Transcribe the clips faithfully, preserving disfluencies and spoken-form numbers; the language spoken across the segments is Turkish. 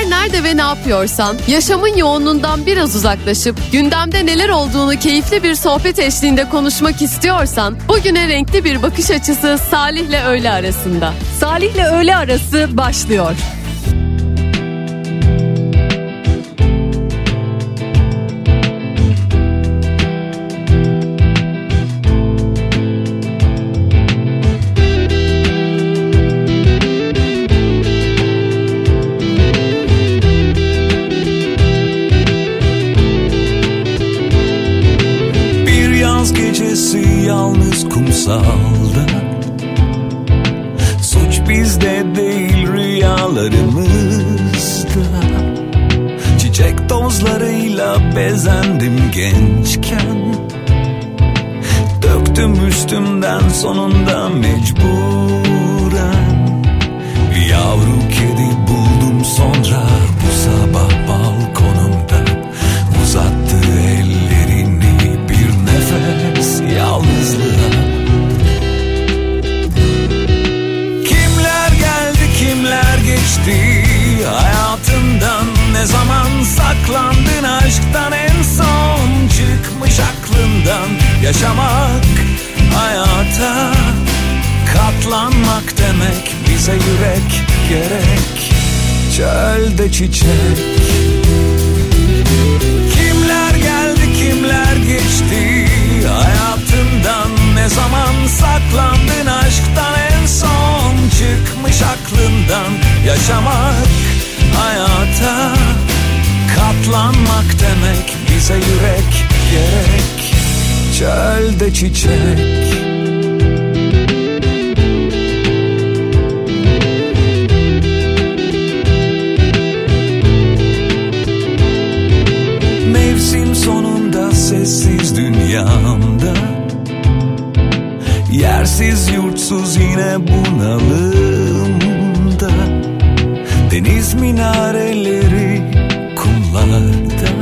Her nerede ve ne yapıyorsan, yaşamın yoğunluğundan biraz uzaklaşıp gündemde neler olduğunu keyifli bir sohbet eşliğinde konuşmak istiyorsan, bugüne renkli bir bakış açısı Salih'le öğle arasında. Salih'le öğle arası başlıyor. Yalnız kumsalda, suç bizde değil rüyalarımızda. Çiçek tozlarıyla bezendim gençken, döktüm üstümden sonunda mecburen. Bir yavru kedi buldum sonra bu sabah balkonumda, uzattı ellerini bir nefes yalnızlığa. Kimler geldi kimler geçti hayatından, ne zaman saklandın aşktan, en son çıkmış aklından. Yaşamak hayata katlanmak demek, bize yürek gerek, çölde çiçek. Kimler geldi kimler geçti hayatından, ne zaman saklandın aşktan, en son çıkmış aklından. Yaşamak hayata katlanmak demek, bize yürek gerek, çölde çiçek. Mevsim sonunda sessiz dünyamda, yersiz yurtsuz yine bunalımda. Deniz minareleri kumlarda,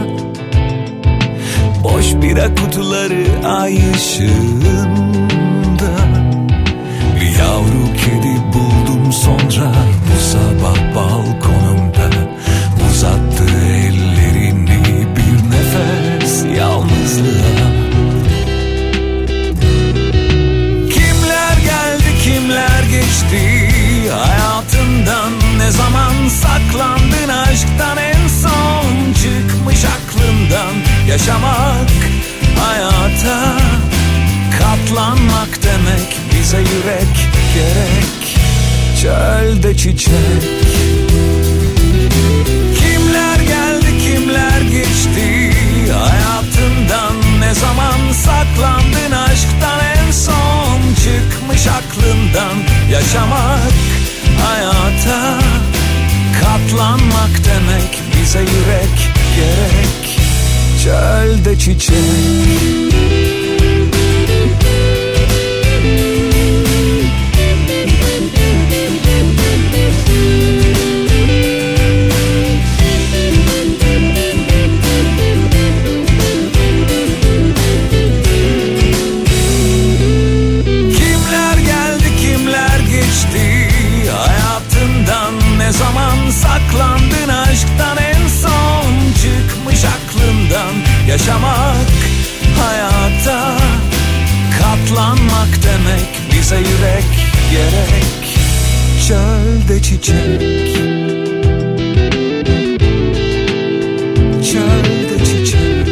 boş bira kutuları ay ışığında. Bir yavru kedi buldum sonra bu sabah balkonumda, uzattı ellerini bir nefes yalnızlığa. Kimler geldi kimler geçti hayatından, ne zaman saklandın aşktan, en son çıkmış aklından. Yaşamak hayata katlanmak demek, bize yürek gerek, çölde çiçek. Kimler geldi kimler geçti hayatından, ne zaman saklandın aşktan, en son çıkmış aklından. Yaşamak hayata katlanmak demek, bize yürek gerek, çölde çiçek. Ne zaman saklandın aşktan, en son çıkmış aklından. Yaşamak hayata katlanmak demek, bize yürek gerek, çölde çiçek. Çölde çiçek.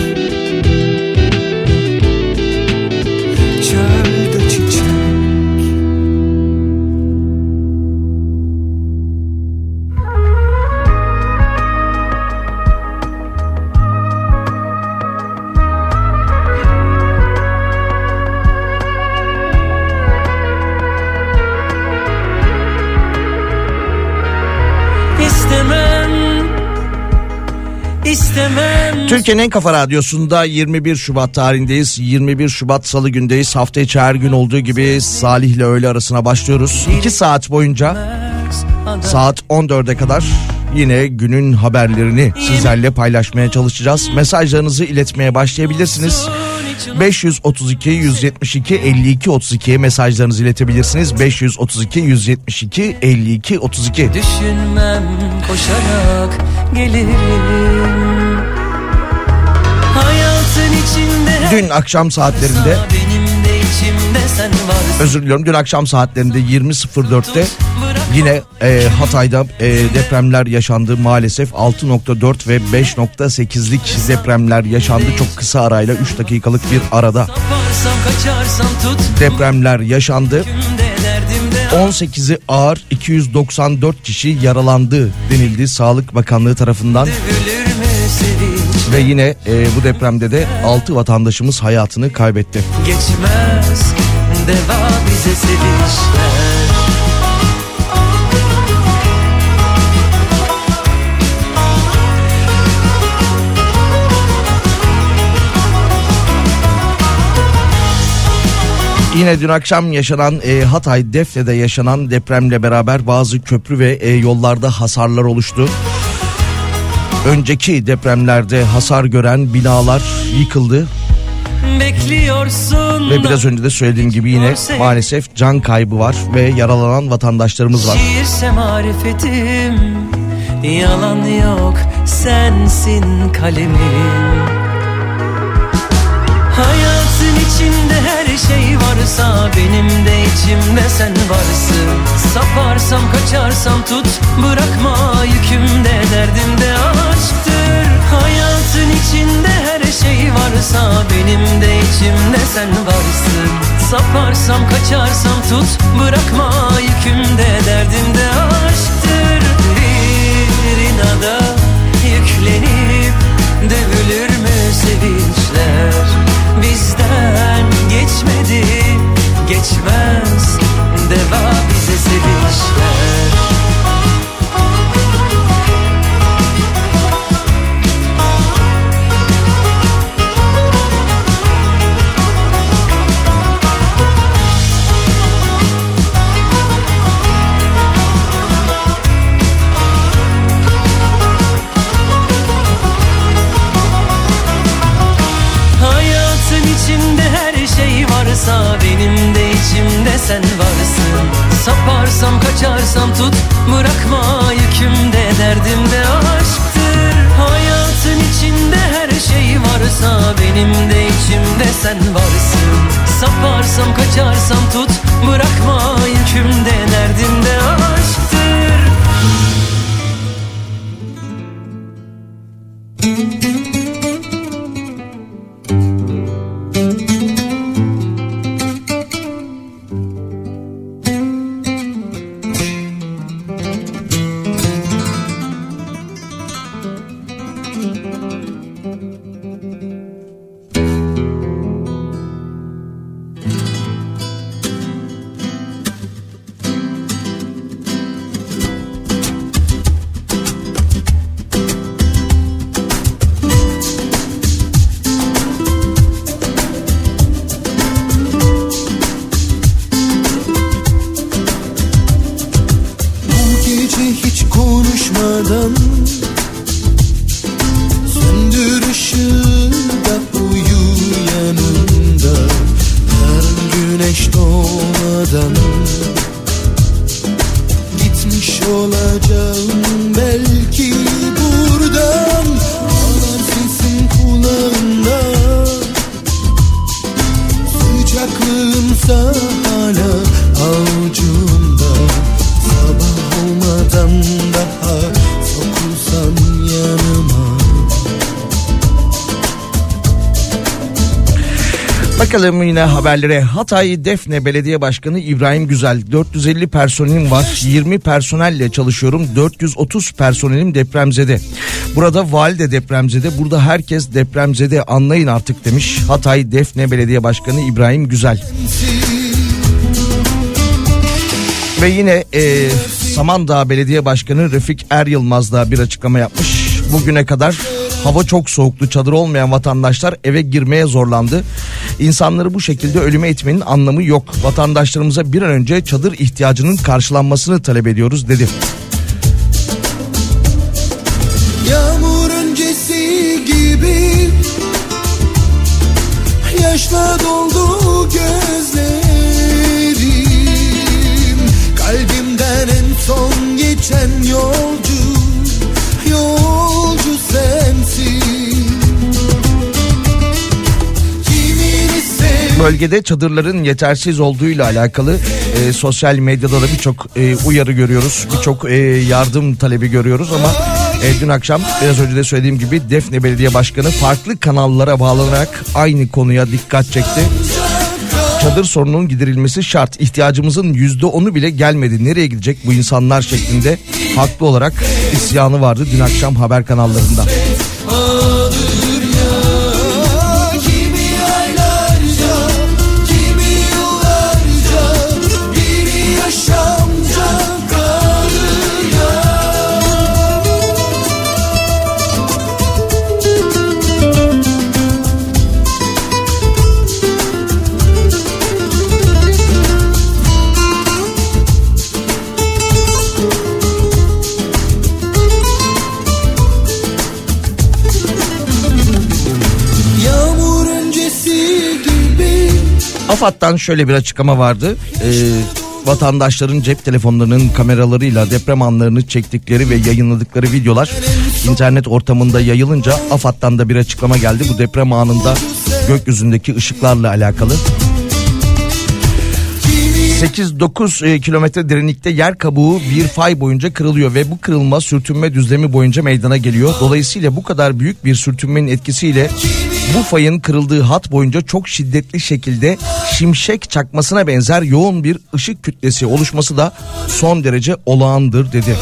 Çölde çiçek. Türkiye'nin en kafa radyosunda yirmi bir Şubat tarihindeyiz. yirmi bir Şubat Salı gündeyiz. Hafta içi her gün olduğu gibi Salih'le öğle arasına başlıyoruz. iki saat boyunca saat on dörde kadar yine günün haberlerini sizlerle paylaşmaya çalışacağız. Mesajlarınızı iletmeye başlayabilirsiniz. beş yüz otuz iki yüz yetmiş iki elli iki otuz ikiye mesajlarınızı iletebilirsiniz. beş yüz otuz iki yüz yetmiş iki elli iki otuz iki. Düşünmem, koşarak gelirim. Hayatın içinde Dün akşam saatlerinde benim de içimde sen varsın. özür diliyorum dün akşam saatlerinde yirmi sıfır dörtte yine e, Hatay'da e, depremler yaşandı maalesef. Altı nokta dört ve beş nokta sekizlik depremler yaşandı. Çok kısa arayla üç dakikalık bir arada depremler yaşandı. on sekizi ağır, iki yüz doksan dört kişi yaralandı denildi Sağlık Bakanlığı tarafından. Ve yine e, bu depremde de altı vatandaşımız hayatını kaybetti. Geçmez deva bize sevişler. Yine dün akşam yaşanan e, Hatay Defne'de yaşanan depremle beraber bazı köprü ve e, yollarda hasarlar oluştu. Önceki depremlerde hasar gören binalar yıkıldı. Bekliyorsun ve biraz önce de söylediğim gibi yine maalesef can kaybı var ve yaralanan vatandaşlarımız var. Şiirse marifetim, yalan yok, sensin kalemim. Hayatın içinde her şey varsa benim de içimde sen varsın. Saparsam kaçarsam tut, bırakma yükümde, derdimde aşktır. Hayatın içinde her şey varsa benim de içimde sen varsın. Saparsam kaçarsam tut, bırakma yükümde, derdimde aşktır. Bir inada yüklenip dövülür mü sevinçler? Bizden geçmedi, geçmez deva bize sevişler. Benim de içimde sen varsın. Saparsam kaçarsam tut, bırakma yükümde, derdimde aşktır. Hayatın içinde her şey varsa benim de içimde sen varsın. Saparsam kaçarsam tut, bırakma yükümde, derdimde aşktır. Bakalım yine haberlere. Hatay Defne Belediye Başkanı İbrahim Güzel, dört yüz elli personelim var, yirmi personelle çalışıyorum, dört yüz otuz personelim depremzede. Burada vali de depremzede, burada herkes depremzede, anlayın artık demiş Hatay Defne Belediye Başkanı İbrahim Güzel. Ve yine e, Samandağ Belediye Başkanı Refik Er Yılmaz da bir açıklama yapmış. Bugüne kadar hava çok soğuktu, çadır olmayan vatandaşlar eve girmeye zorlandı. İnsanları bu şekilde ölüme itmenin anlamı yok. Vatandaşlarımıza bir an önce çadır ihtiyacının karşılanmasını talep ediyoruz dedi. Yağmur öncesi gibi yaşla doldu gözlerim. Kalbimden en son geçen yolcu, yolcu sensin. Bölgede çadırların yetersiz olduğuyla alakalı e, sosyal medyada da birçok e, uyarı görüyoruz. Birçok e, yardım talebi görüyoruz ama e, dün akşam biraz önce de söylediğim gibi Defne Belediye Başkanı farklı kanallara bağlanarak aynı konuya dikkat çekti. Çadır sorununun giderilmesi şart. İhtiyacımızın yüzde onu bile gelmedi. Nereye gidecek bu insanlar şeklinde haklı olarak isyanı vardı dün akşam haber kanallarında. AFAD'dan şöyle bir açıklama vardı. Ee, vatandaşların cep telefonlarının kameralarıyla deprem anlarını çektikleri ve yayınladıkları videolar internet ortamında yayılınca AFAD'dan da bir açıklama geldi. Bu deprem anında gökyüzündeki ışıklarla alakalı. sekiz dokuz kilometre derinlikte yer kabuğu bir fay boyunca kırılıyor ve bu kırılma sürtünme düzlemi boyunca meydana geliyor. Dolayısıyla bu kadar büyük bir sürtünmenin etkisiyle bu fayın kırıldığı hat boyunca çok şiddetli şekilde şimşek çakmasına benzer yoğun bir ışık kütlesi oluşması da son derece olağandır dedi.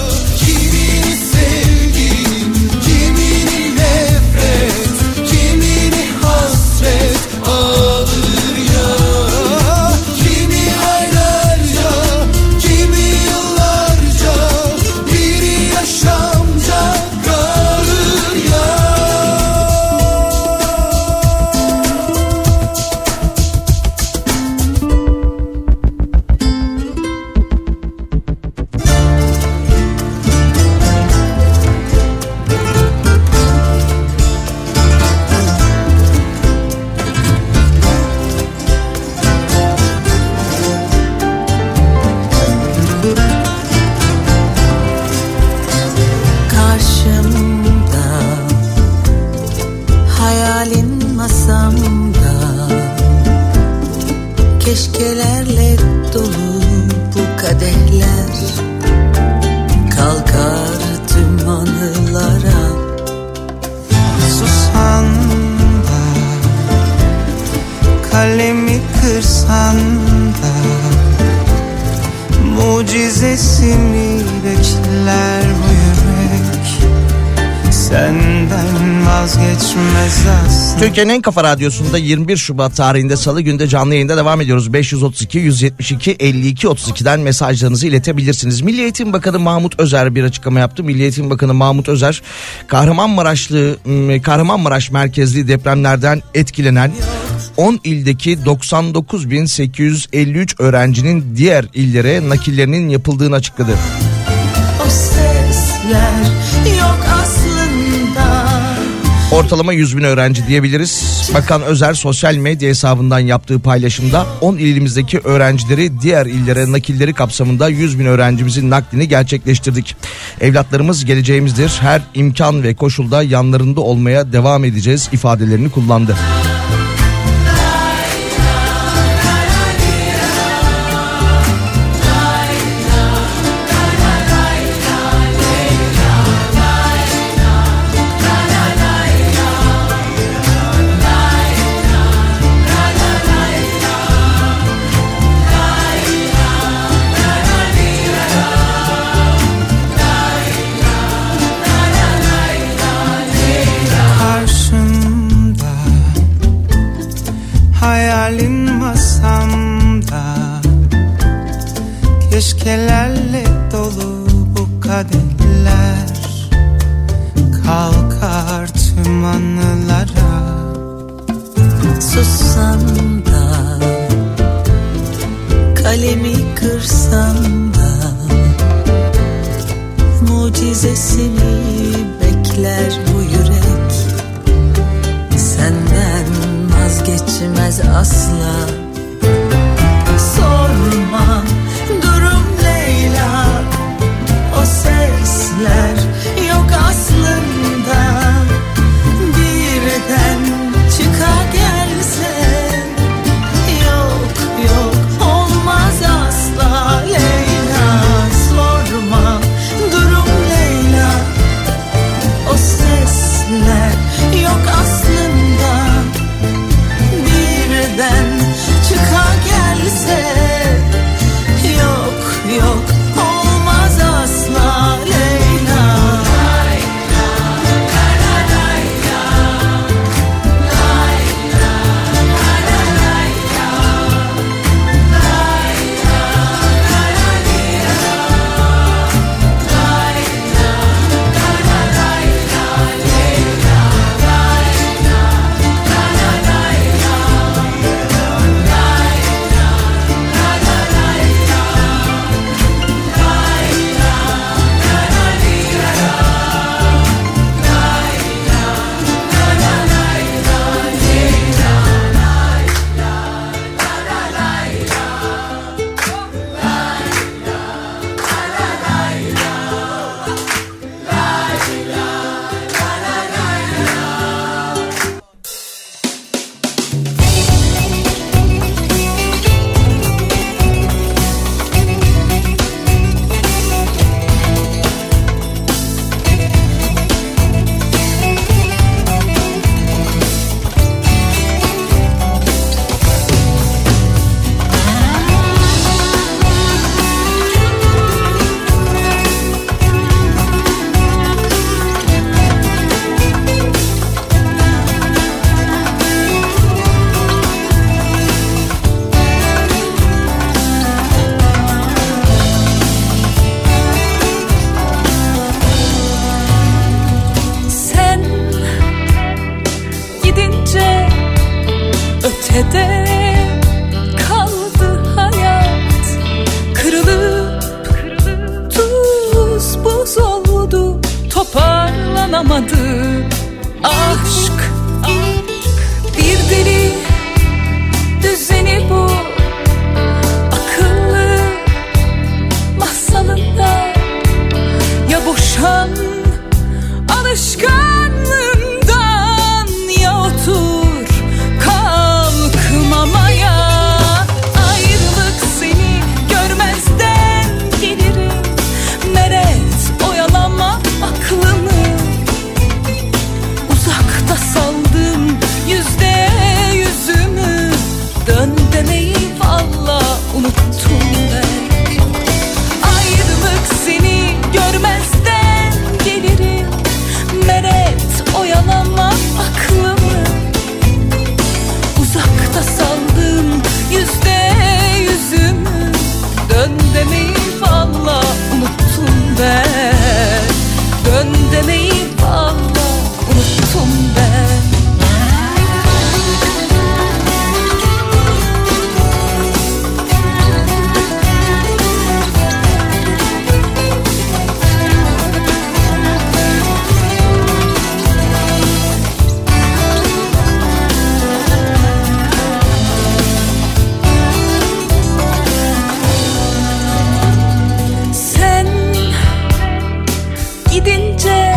Keşkelerle dolu bu kadehler, kalkar tüm anılara. Susan da, kalemi kırsan da, mucizesini bekler bu yürek. Senden vazgeçmez aslında. Türkiye'nin en kafa radyosunda yirmi bir Şubat tarihinde Salı günde canlı yayında devam ediyoruz. beş yüz otuz iki yüz yetmiş iki elli iki otuz iki'den mesajlarınızı iletebilirsiniz. Milli Eğitim Bakanı Mahmut Özer bir açıklama yaptı. Milli Eğitim Bakanı Mahmut Özer, Kahramanmaraşlı Kahramanmaraş merkezli depremlerden etkilenen on ildeki doksan dokuz bin sekiz yüz elli üç öğrencinin diğer illere nakillerinin yapıldığını açıkladı. O sesler yok aslında. Ortalama yüz bin öğrenci diyebiliriz. Bakan Özer sosyal medya hesabından yaptığı paylaşımda on ilimizdeki öğrencileri diğer illere nakilleri kapsamında yüz bin öğrencimizin naklini gerçekleştirdik. Evlatlarımız geleceğimizdir. Her imkan ve koşulda yanlarında olmaya devam edeceğiz ifadelerini kullandı. Hayalin masamda, keşkelerle dolu bu kadehler, kalkar tüm anılara. Sussam da, kalemi kırsam da, mucizesini bekler bu yürek. Senden vazgeçmez ötede kaldı hayat. Kırılıp tuz buz oldu, toparlanamadı aşk. Bir deli düzeni bu, akıllı masalında. Ya boşan alışkanlığından, ya otur kalkmamaya. Ayrılık seni görmezden gelirim. Meret oyalama aklımı. Uzakta saldım yüzde yüzümü. Dön demeyi valla unuttum ben. Ayrılık seni görmezden gelirim. Meret oyalama aklımı. Uzakta saldım yüzde yüzümü. Dön demeyi valla unuttum ben. Dön demeyi valla unuttum ben. Sen gidince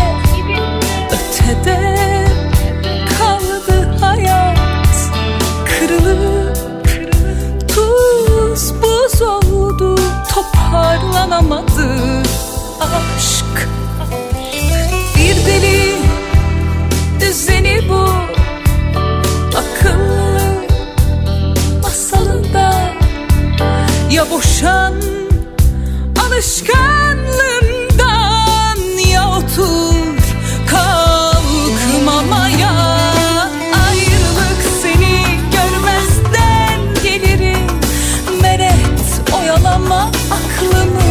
ötede kaldı hayat. Kırılıp tuz buz oldu, toparlanamadı aşk. Bir deli düzeni bu, akıllı masalında. Ya boşan alışkanlığından, ya otur kalkmamaya. Ayrılık seni görmezden gelirim. Meret oyalama aklımı.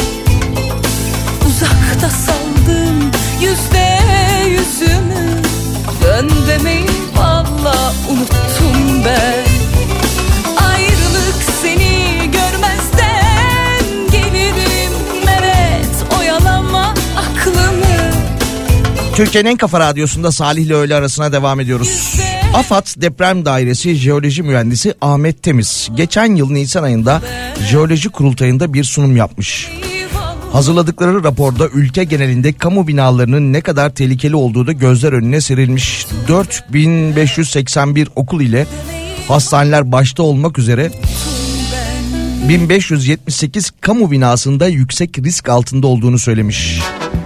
Uzakta saldım yüzde yüzümü. Dön demeyi valla unuttum ben. Ayrılık seni görmezden gelirim. Meret oyalama aklımı. Türkiye'nin en kafa radyosunda Salih ile öğle arasına devam ediyoruz. AFAD Deprem Dairesi Jeoloji Mühendisi Ahmet Temiz geçen yıl Nisan ayında Jeoloji Kurultayı'nda bir sunum yapmış. Hazırladıkları raporda ülke genelinde kamu binalarının ne kadar tehlikeli olduğu da gözler önüne serilmiş. dört bin beş yüz seksen bir okul ile hastaneler başta olmak üzere bin beş yüz yetmiş sekiz kamu binasında yüksek risk altında olduğunu söylemiş.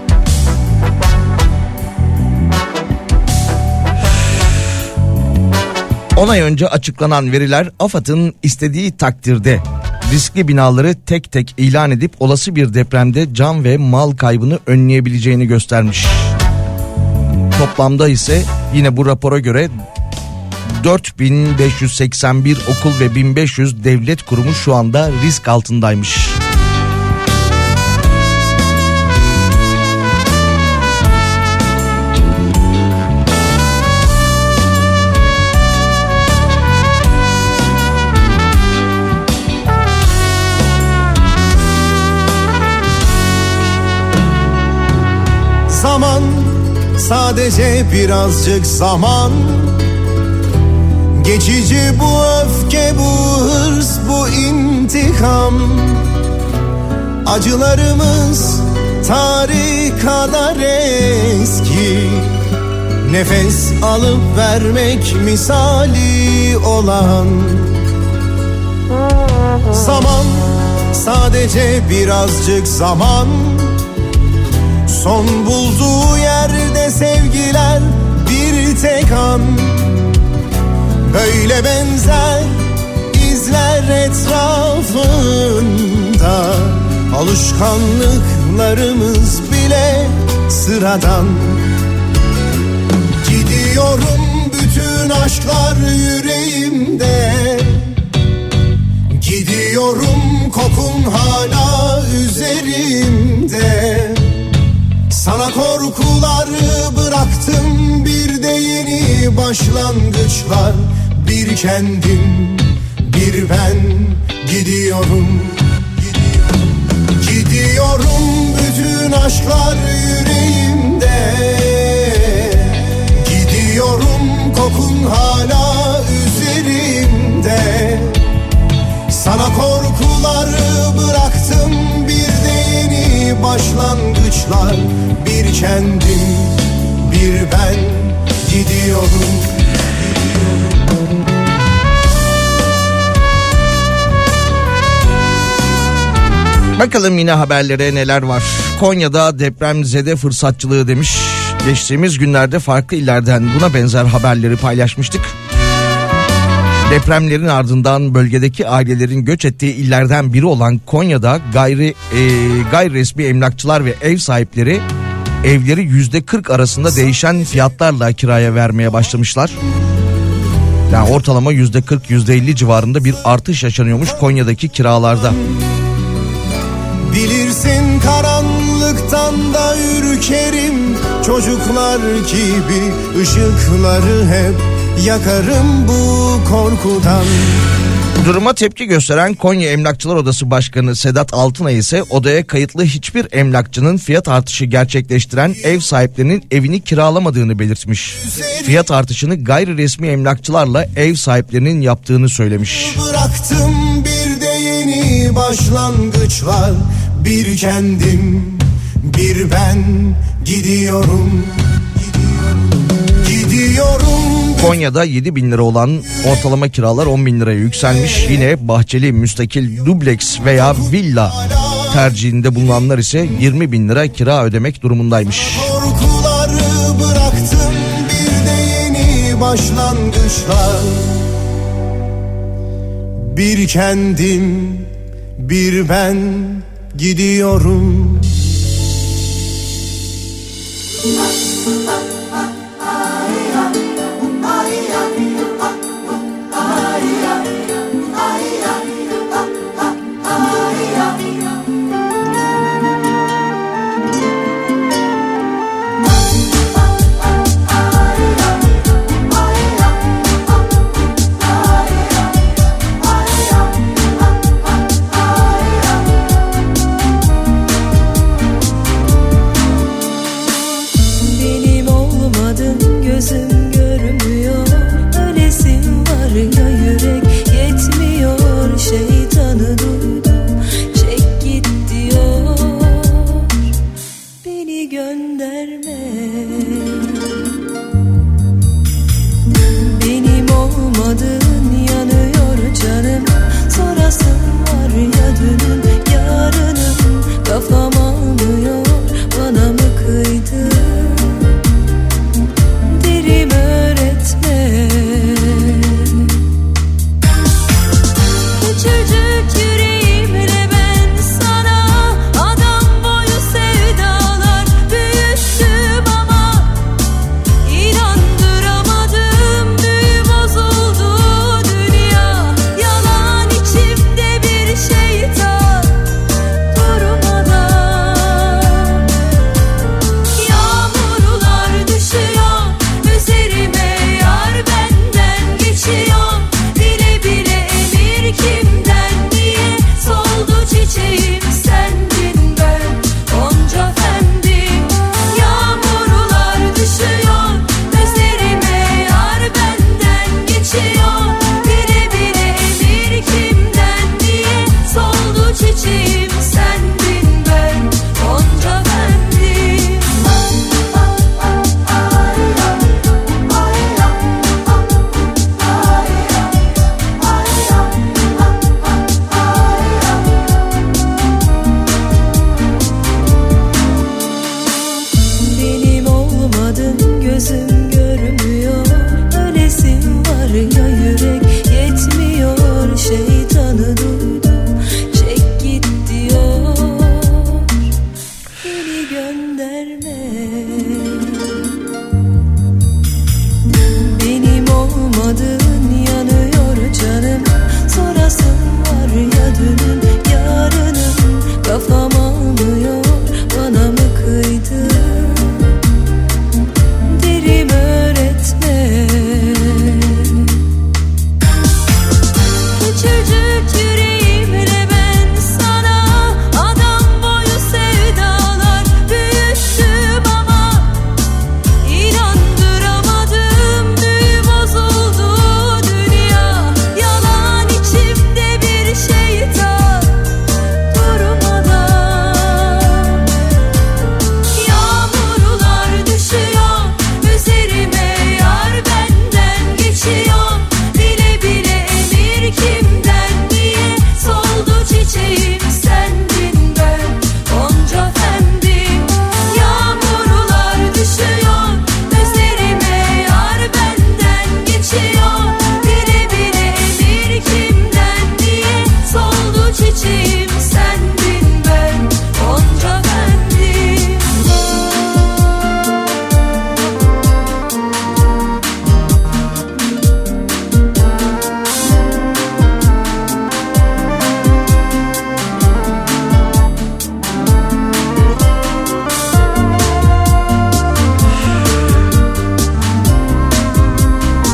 on ay önce açıklanan veriler AFAD'ın istediği takdirde riskli binaları tek tek ilan edip olası bir depremde can ve mal kaybını önleyebileceğini göstermiş. Toplamda ise yine bu rapora göre dört bin beş yüz seksen bir okul ve bin beş yüz devlet kurumu şu anda risk altındaymış. Zaman, sadece birazcık zaman. Geçici bu öfke, bu hırs, bu intikam. Acılarımız tarih kadar eski. Nefes alıp vermek misali olan. Zaman, sadece birazcık zaman. Son bulduğu yerde sevgiler bir tek an. Böyle benzer izler etrafında. Alışkanlıklarımız bile sıradan. Gidiyorum bütün aşklar yüreğimde. Gidiyorum kokun hala üzerimde. Sana korkuları bıraktım, bir de yeni başlangıçlar. bir kendim, bir ben gidiyorum. Gidiyorum bütün aşklar yüreğimde. Gidiyorum kokun hala üzerimde. Sana korkuları bıraktım, bir de yeni başlangıçlar. Bir kendim, bir ben gidiyorum. Bakalım yine haberlere neler var. Konya'da depremzede fırsatçılığı demiş. Geçtiğimiz günlerde farklı illerden buna benzer haberleri paylaşmıştık. Depremlerin ardından bölgedeki ailelerin göç ettiği illerden biri olan Konya'da gayri e, gayri resmi emlakçılar ve ev sahipleri evleri yüzde kırk arasında değişen fiyatlarla kiraya vermeye başlamışlar. Yani ortalama yüzde kırk yüzde elli civarında bir artış yaşanıyormuş Konya'daki kiralarda. Bilirsin karanlıktan da ürkerim, çocuklar gibi ışıkları hep yakarım bu korkudan. Duruma tepki gösteren Konya Emlakçılar Odası Başkanı Sedat Altınay ise odaya kayıtlı hiçbir emlakçının fiyat artışı gerçekleştiren ev sahiplerinin evini kiralamadığını belirtmiş. Fiyat artışını gayri resmi emlakçılarla ev sahiplerinin yaptığını söylemiş. Bıraktım bir de yeni başlangıçlar, bir kendim, bir ben gidiyorum. Gidiyorum. Konya'da yedi bin lira olan ortalama kiralar on bin liraya yükselmiş. Yine bahçeli, müstakil, dubleks veya villa tercihinde bulunanlar ise yirmi bin lira kira ödemek durumundaymış. Korkuları bıraktım, bir de yeni başlangıçlar. Bir kendim, bir ben gidiyorum.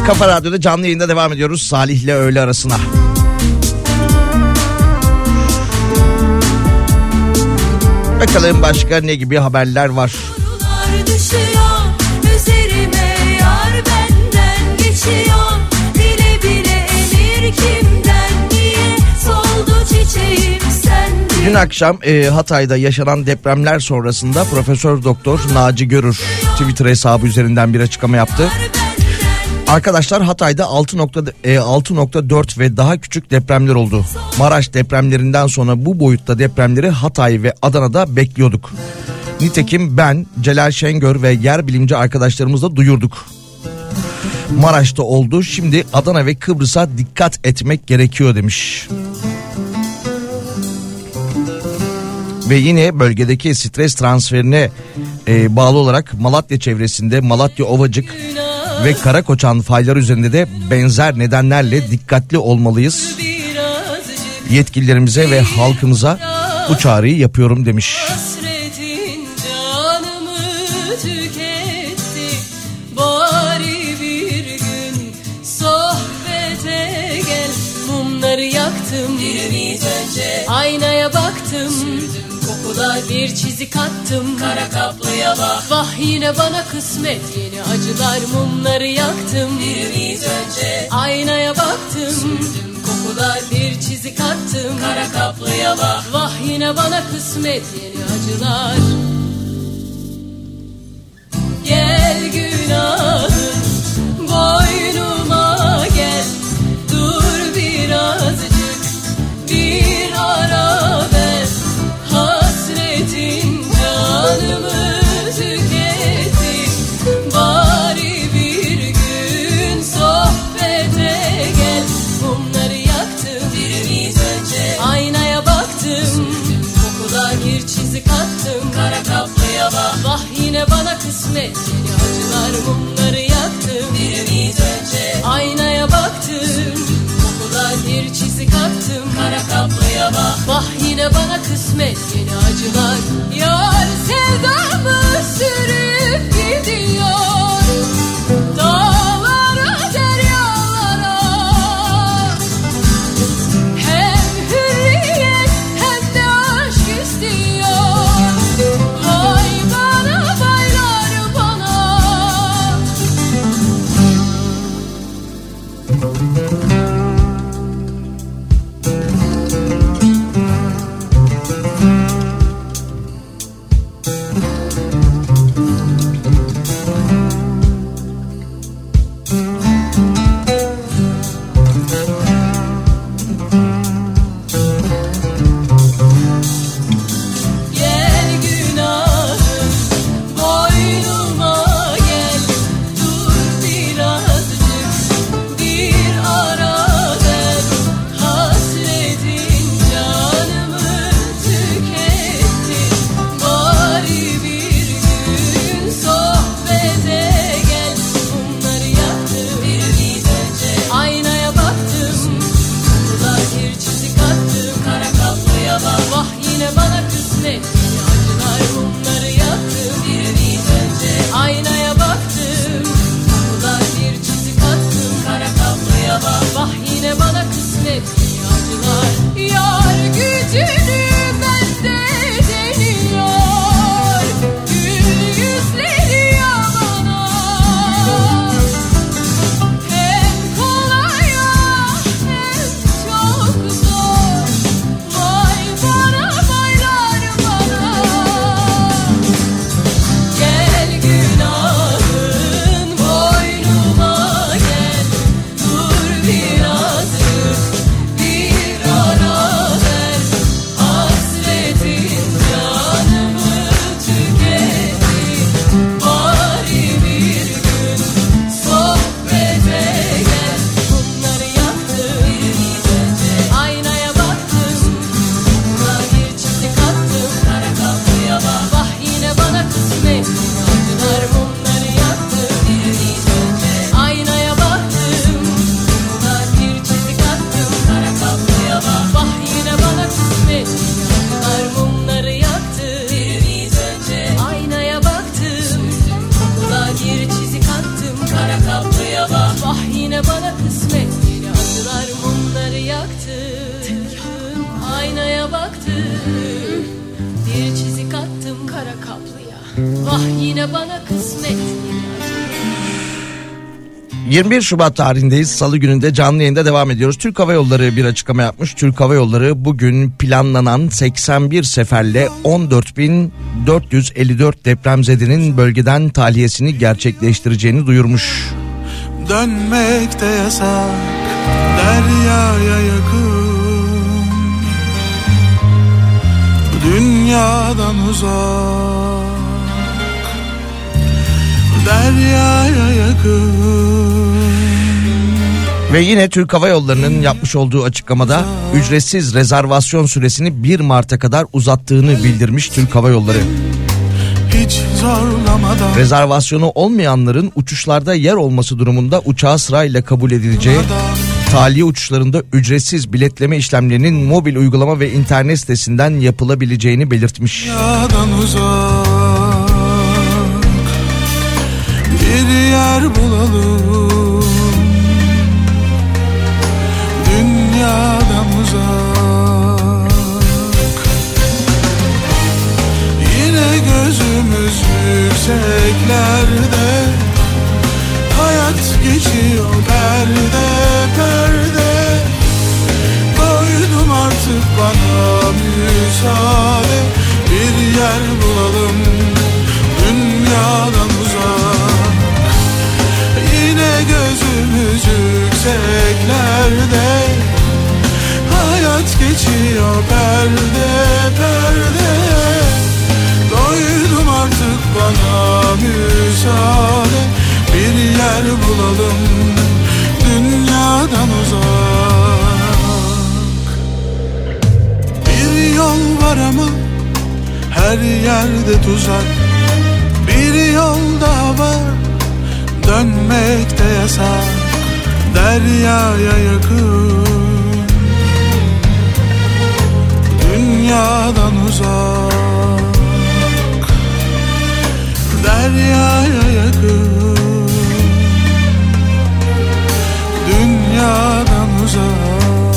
Kafa Radyo'da canlı yayında devam ediyoruz Salih'le öğle arasına. Bakalım başka ne gibi haberler var. Düşüyor, üzerime yar benden geçiyor. Bile bile emir kimden, niye soldu çiçeğim sen diye. Dün akşam e, Hatay'da yaşanan depremler sonrasında Profesör Doktor Naci Görür Twitter hesabı üzerinden bir açıklama yaptı. Arkadaşlar, Hatay'da altı nokta dört ve daha küçük depremler oldu. Maraş depremlerinden sonra bu boyutta depremleri Hatay ve Adana'da bekliyorduk. Nitekim ben, Celal Şengör ve yer bilimci arkadaşlarımızla duyurduk. Maraş'ta oldu, şimdi Adana ve Kıbrıs'a dikkat etmek gerekiyor demiş. Ve yine bölgedeki stres transferine e, bağlı olarak Malatya çevresinde Malatya Ovacık ve Karakoçan fayları üzerinde de benzer nedenlerle dikkatli olmalıyız. Yetkililerimize ve halkımıza bu çağrıyı yapıyorum demiş. Hasretin canımı tüketti. Bari bir gün sohbete gel. Mumları yaktım, birimiz önce aynaya baktım. Kokular bir çizik attım, kara kaplıya bak. Vah yine bana kısmet, yeni acılar. Mumları yaktım, birimiz önce aynaya baktım. Kokular bir çizik attım, kara kaplıya bak. Vah yine bana kısmet, yeni acılar. Gel günahım boynuma gel. Dur birazcık, bir ara ver. Hasretin canımı tüketti. Bari bir gün sohbete gel. Mumları yaktım, birimiz önce aynaya baktım. Kokular bir çizik attım, kara kaplıya bak. Vah yine bana kısmet, yeni acılar. Mumları yaktım, birimiz önce aynaya baktım. Kokular bir çizik attım, kara kaplıya bak. Vah yine bana kısmet, yeni acılar. Yar sevdamı sürüp gidiyor dağlara, deryalara. Hem hürriyet hem de aşk istiyor. Vay bana, baylar bana. yine bana kısmet. yirmi bir Şubat tarihindeyiz. Salı gününde canlı yayında devam ediyoruz. Türk Hava Yolları bir açıklama yapmış. Türk Hava Yolları bugün planlanan seksen bir seferle on dört bin dört yüz elli dört depremzedenin bölgeden tahliyesini gerçekleştireceğini duyurmuş. Dönmek de yasak, deryaya yakın, dünyadan uzak, deryaya yakın. Ve yine Türk Hava Yolları'nın yapmış olduğu açıklamada ücretsiz rezervasyon süresini bir Mart'a kadar uzattığını bildirmiş Türk Hava Yolları. Hiç zorlamadan Rezervasyonu olmayanların uçuşlarda yer olması durumunda uçağa sırayla kabul edileceği, tahliye uçuşlarında ücretsiz biletleme işlemlerinin mobil uygulama ve internet sitesinden yapılabileceğini belirtmiş. dünyadan uzak bir yer bulalım, dünyadan uzak. Yine gözümüz yükseklerde, hayat geçiyor perde perde. Doydum artık, bana müsaade, bir yer bulalım, dünyadan uzak. Yine gözümüz yükseklerde, hayat geçiyor perde perde. Doydum artık, bana müsaade, bir yer bulalım, dünyadan uzak. Bir yol var ama her yerde tuzak, bir yol daha var, dönmek de yasak, deryaya yakın, dünyadan uzak, deryaya yakın, dünyadan uzak.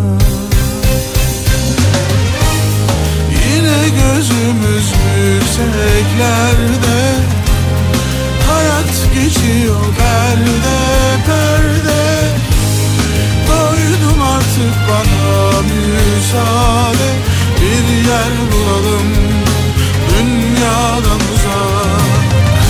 Yine gözümüz yükseklerde, hayat geçiyor perde perde. Doydum artık, bana müsaade, bir yer bulalım, dünyadan uzak.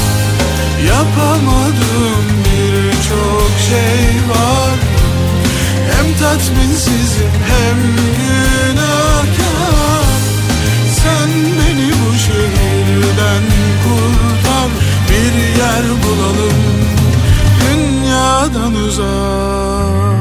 Yapamadığım birçok şey var, hem tatminsizim hem günahkar. Sen beni bu şehirden kurtar, bir yer bulalım, dünyadan uzak.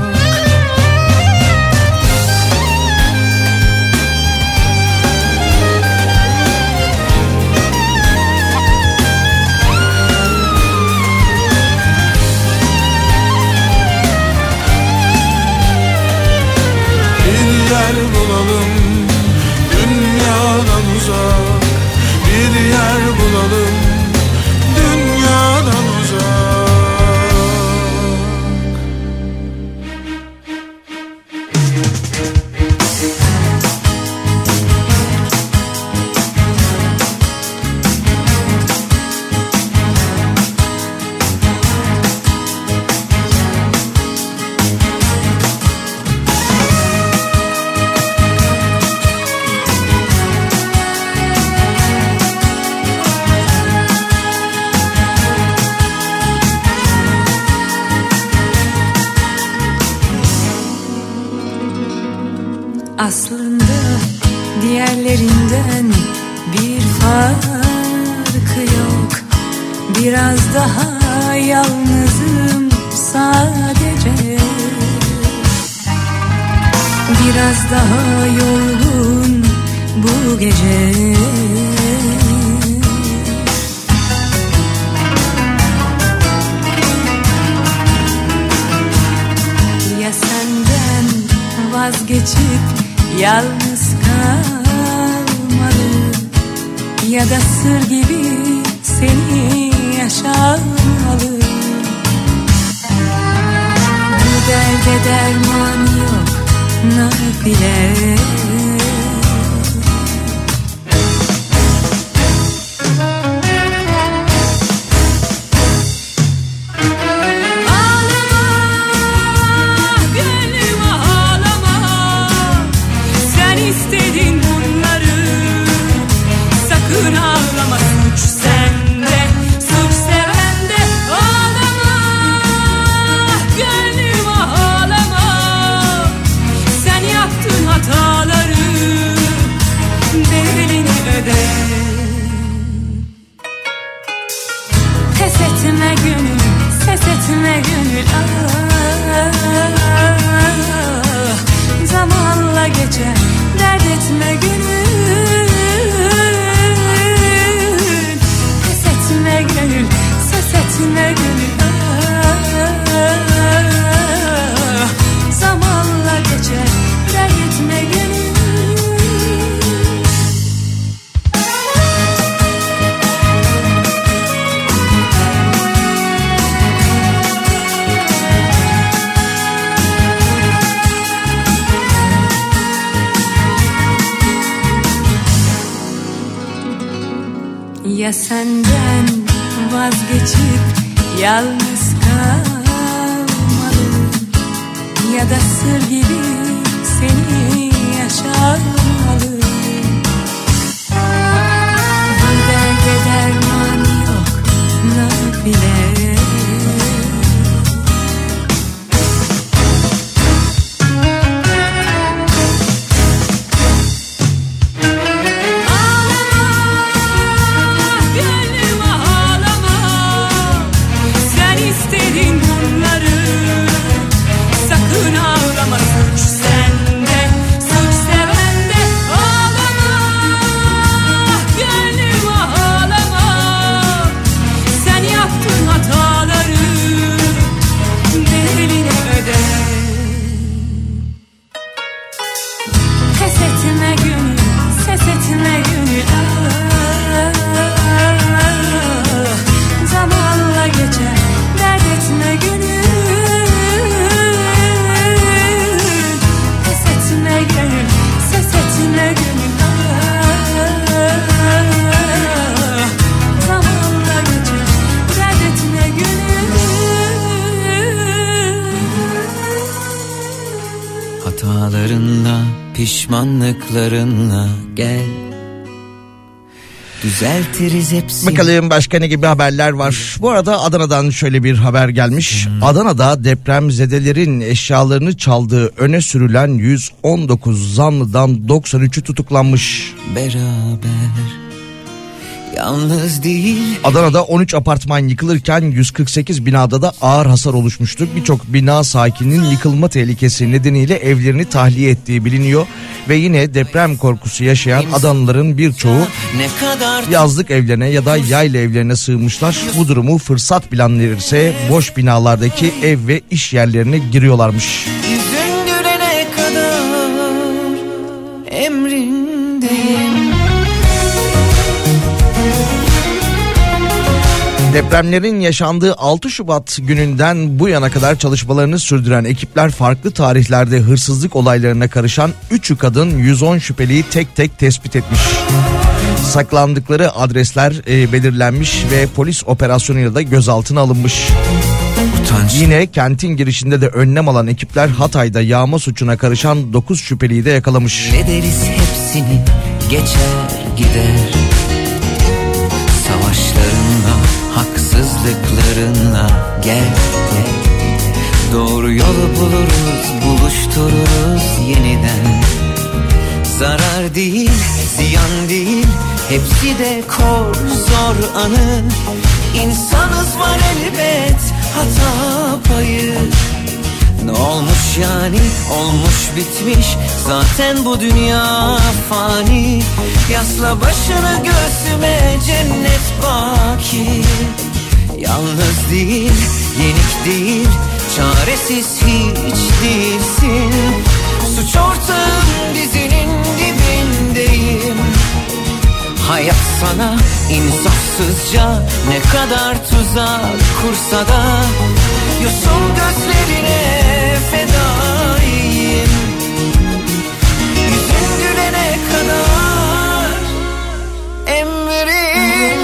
Bir yer bulalım, dünyadan uzak. Bir yer bulalım, dünyadan uzak. Aslında diğerlerinden bir farkı yok. Biraz daha yalnızım sadece. Biraz daha yorgun bu gece. Ya senden vazgeçip yalnız kalmalı, ya da sır gibi seni yaşamalı. Bu derde derman yok, nafile. etme gönül ah, zamanla geçer dert etme gönül. Ya senden vazgeçip yalnız kalmalıyım, ya da sır gibi seni yaşamalıyım. Bu derde derman yok nafile. Pişmanlıklarınla gel, düzeltiriz hepsini. Bakalım başka ne gibi haberler var. Bu arada Adana'dan şöyle bir haber gelmiş. Hmm. Adana'da depremzedelerin eşyalarını çaldığı öne sürülen yüz on dokuz zanlıdan doksan üçü tutuklanmış. Beraber yalnız değil. Adana'da on üç apartman yıkılırken yüz kırk sekiz binada da ağır hasar oluşmuştu. Birçok bina sakininin yıkılma tehlikesi nedeniyle evlerini tahliye ettiği biliniyor. Ve yine deprem korkusu yaşayan Adanalıların birçoğu yazlık evlerine ya da yayla evlerine sığınmışlar. Bu durumu fırsat bilenler ise boş binalardaki ev ve iş yerlerine giriyorlarmış. Yüzün gülene kadar emrindeyim. Depremlerin yaşandığı altı Şubat gününden bu yana kadar çalışmalarını sürdüren ekipler farklı tarihlerde hırsızlık olaylarına karışan üç kadın yüz on şüpheliyi tek tek tespit etmiş. Saklandıkları adresler e, belirlenmiş ve polis operasyonuyla da gözaltına alınmış. Utanç. Yine kentin girişinde de önlem alan ekipler Hatay'da yağma suçuna karışan dokuz şüpheliyi de yakalamış. Ne deriz hepsini geçer gider, savaşlarınla haksızlıklarınla gel, gel. Doğru yolu buluruz, buluştururuz yeniden. Zarar değil, ziyan değil, hepsi de kor zor anı. İnsanız var elbet, hata payı. Ne olmuş yani, olmuş bitmiş, zaten bu dünya fani. Yasla başını göğsüme, cennet baki. Yalnız değil, yenik değil, çaresiz hiç değilsin. Suç ortağın dizinin dibindeyim. Hayat sana insafsızca ne kadar tuzak kursa da yosun gözlerine fedayım. Yüzün gülene kadar emrindeyim.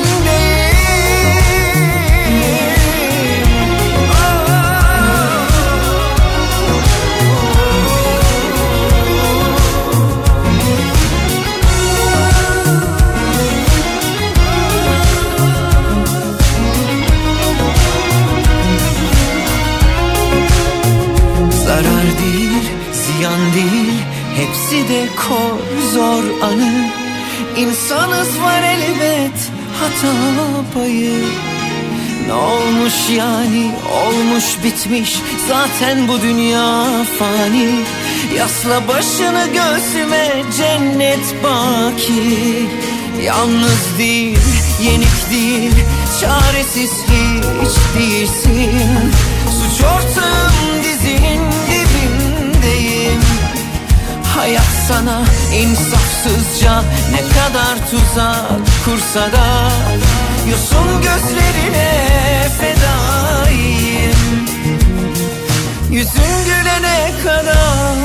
Zarar değil, ziyan değil, hepsi de kor zor anı. İnsanız var elbet, hata payı. Ne olmuş yani, olmuş bitmiş, zaten bu dünya fani. Yasla başını göğsüme, cennet baki. Yalnız değil, yenik değil, çaresiz hiç değilsin. Suç ortağım, dizinin dibindeyim. Hayat sana insafsızca ne kadar tuzak kursa da yosun gözlerine fedayım. Yüzün gülene kadar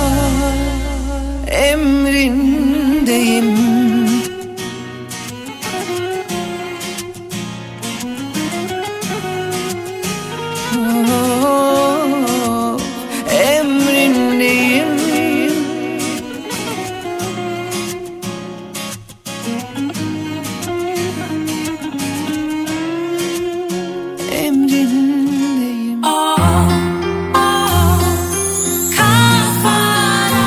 emrindeyim. Oh, emrindeyim. Emrindeyim. Oh, oh, kafana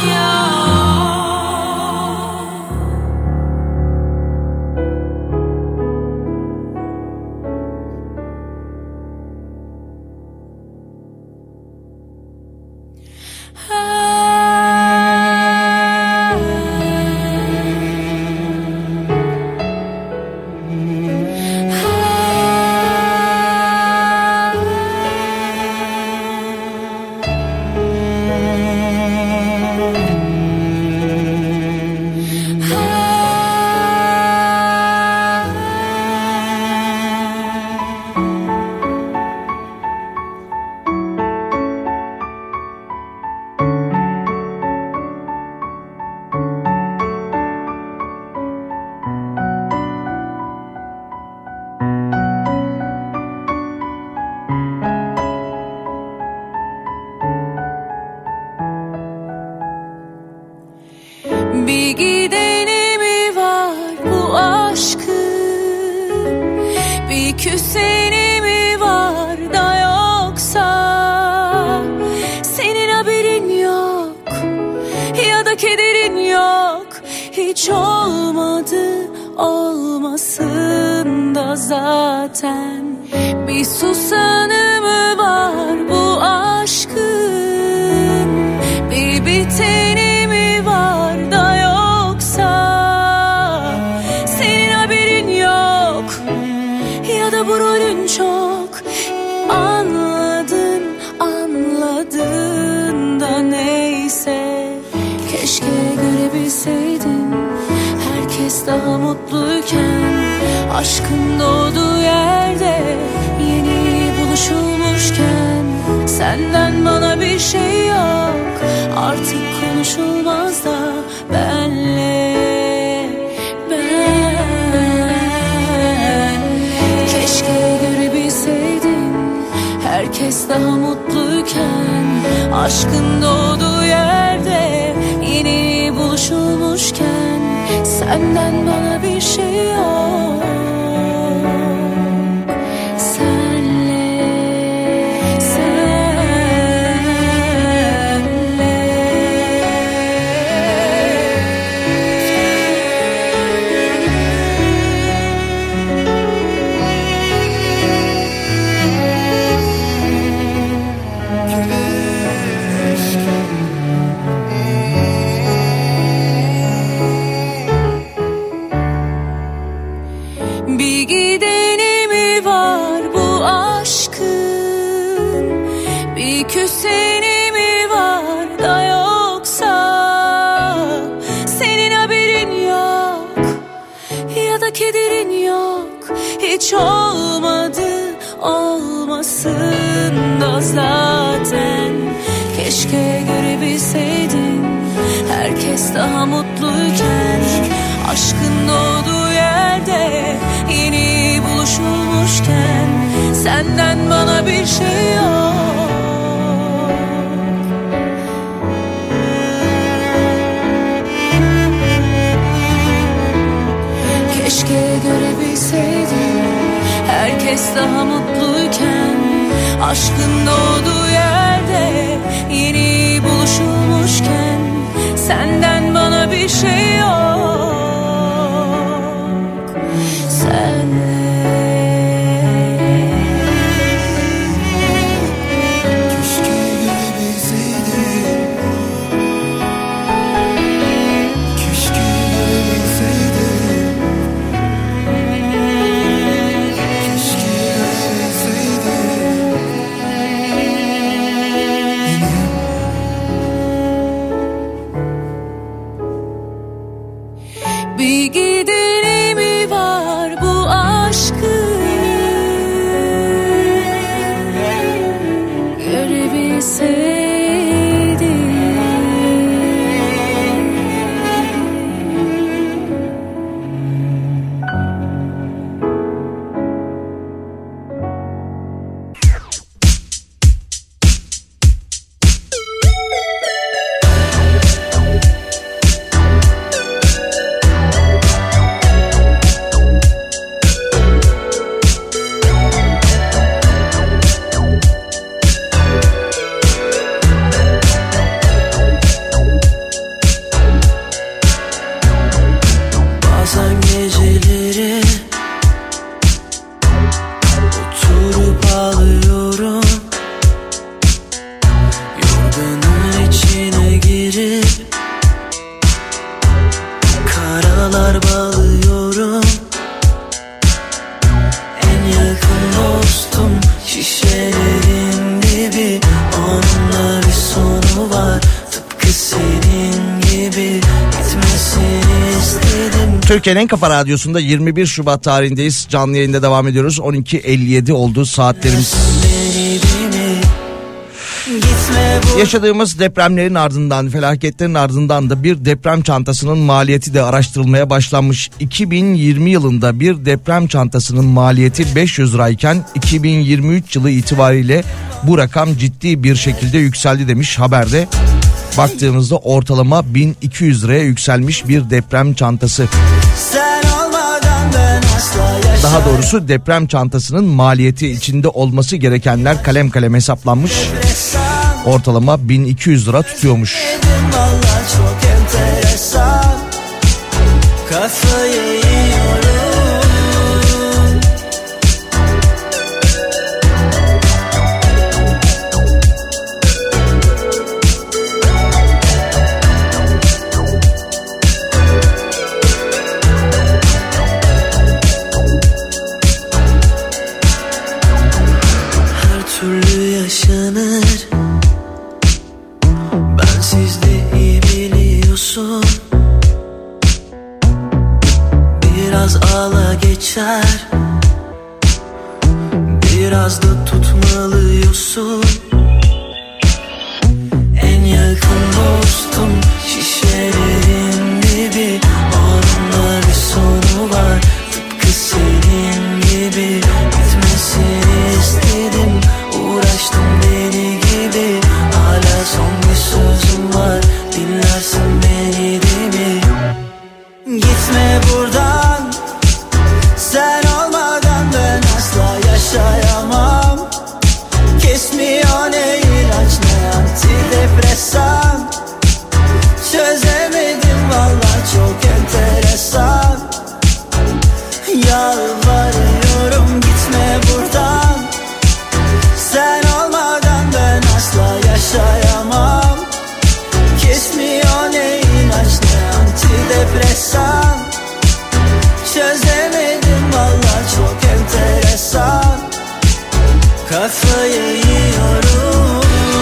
Bir gideni mi var bu aşkın? Bir küseni mi var da yoksa senin haberin yok ya da kederin yok? Hiç olmadı, olmasın da zaten. Bir susanı mı var bu aşkın? Bir biteni mi var da yoksa senin haberin yok ya da bu rolün çok? Anladın, anladın da neyse. Keşke görebilseydin herkes daha mutluyken, aşkın doğduğu yerde yeni buluşulmuşken. Senden bana bir şey yok, artık konuşulmaz da benle, ben. Keşke görebilseydin herkes daha mutluyken, aşkın doğduğu yerde yeni buluşulmuşken. Senden bana bir şey yok. Bir gideni mi var bu aşkın? Bir küseni mi var da yoksa senin haberin yok ya da kederin yok? Hiç olmadı, olmasın da zaten. Keşke görebilseydin herkes daha mutluyken, aşkın doğduğu yerde yeni buluşulmuşken. Senden bana bir şey yok. Keşke görebilseydin herkes daha mutluyken, aşkın doğduğu yerde yeni buluşulmuşken. Senden bana bir şey yok. Sen Türkiye'nin en kafa radyosunda yirmi bir Şubat tarihindeyiz. Canlı yayında devam ediyoruz. on iki elli yedi oldu saatlerimiz. Yaşadığımız depremlerin ardından, felaketlerin ardından da bir deprem çantasının maliyeti de araştırılmaya başlanmış. iki bin yirmi yılında bir deprem çantasının maliyeti beş yüz lirayken iki bin yirmi üç yılı itibariyle bu rakam ciddi bir şekilde yükseldi demiş haberde. Baktığımızda ortalama bin iki yüz liraya yükselmiş bir deprem çantası. Daha doğrusu deprem çantasının maliyeti, içinde olması gerekenler kalem kalem hesaplanmış. Ortalama bin iki yüz lira tutuyormuş. Çok enteresan, kafayı yiyorum. Her türlü yaşanır, bensiz de iyi biliyorsun. Biraz ağla geçer, biraz da tutmalıyorsun. En yakın dostum şişelerin dibi, anında bir sonu var. Tıpkı senin gibi bitmesini istedim, uğraştım deli gibi. Hala son bir sözüm var, dinlersin beni değil mi? Gitme buradan, sen olmadan ben asla yaşayamam. Kesmiyor ne ilaç ne antidepresan. Çözemedim vallahi, çok enteresan. Yalvarıyorum gitme buradan, sen olmadan ben asla yaşayamam. Kesmiyor ne ilaç ne antidepresan. Çözemedim vallahi, çok enteresan. Kafayı yiyorum.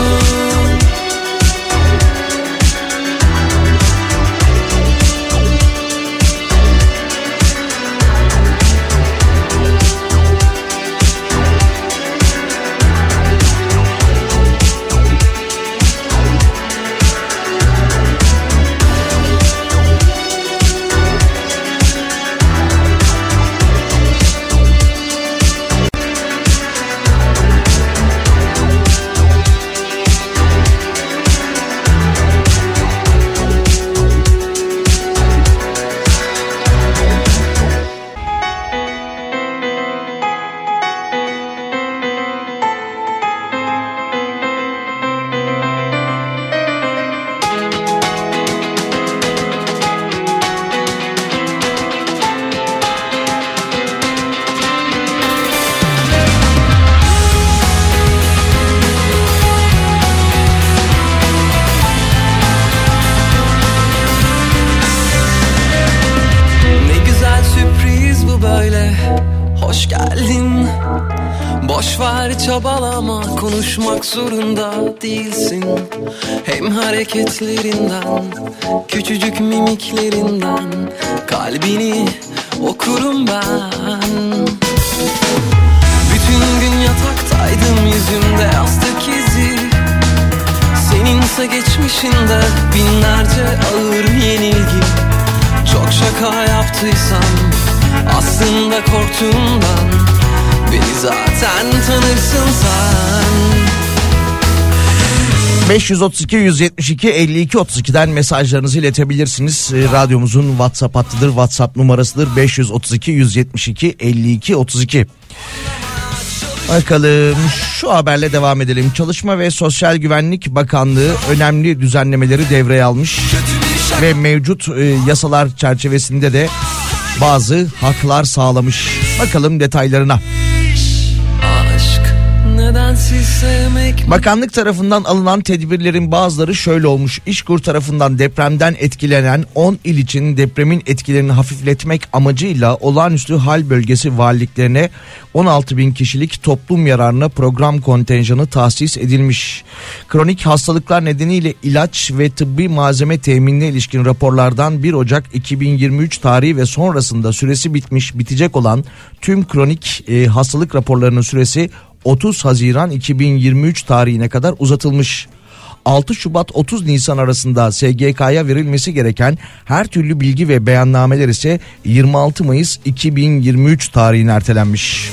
Çabalama, konuşmak zorunda değilsin. Hem hareketlerinden, küçücük mimiklerinden kalbini okurum ben. Bütün gün yataktaydım, yüzümde yastık izi. Seninse geçmişinde binlerce ağır yenilgi. Çok şaka yaptıysam aslında korktuğumdan, beni zaten tanırsın sen. beş yüz otuz iki yüz yetmiş iki elli iki otuz iki'den mesajlarınızı iletebilirsiniz. Radyomuzun WhatsApp hattıdır, WhatsApp numarasıdır beş yüz otuz iki yüz yetmiş iki elli iki otuz iki. Bakalım, şu haberle devam edelim. Çalışma ve Sosyal Güvenlik Bakanlığı önemli düzenlemeleri devreye almış ve mevcut e, yasalar çerçevesinde de bazı haklar sağlamış. Bakalım detaylarına. Aşk neden nedensiz sevmek mi? Bakanlık tarafından alınan tedbirlerin bazıları şöyle olmuş. İşkur tarafından depremden etkilenen on il için depremin etkilerini hafifletmek amacıyla olağanüstü hal bölgesi valiliklerine on altı bin kişilik toplum yararına program kontenjanı tahsis edilmiş. Kronik hastalıklar nedeniyle ilaç ve tıbbi malzeme teminine ilişkin raporlardan bir Ocak iki bin yirmi üç tarihi ve sonrasında süresi bitmiş bitecek olan tüm kronik e, hastalık raporlarının süresi otuz Haziran iki bin yirmi üç tarihine kadar uzatılmış. altı Şubat otuz Nisan arasında S G K'ya verilmesi gereken her türlü bilgi ve beyannameler ise yirmi altı Mayıs iki bin yirmi üç tarihine ertelenmiş.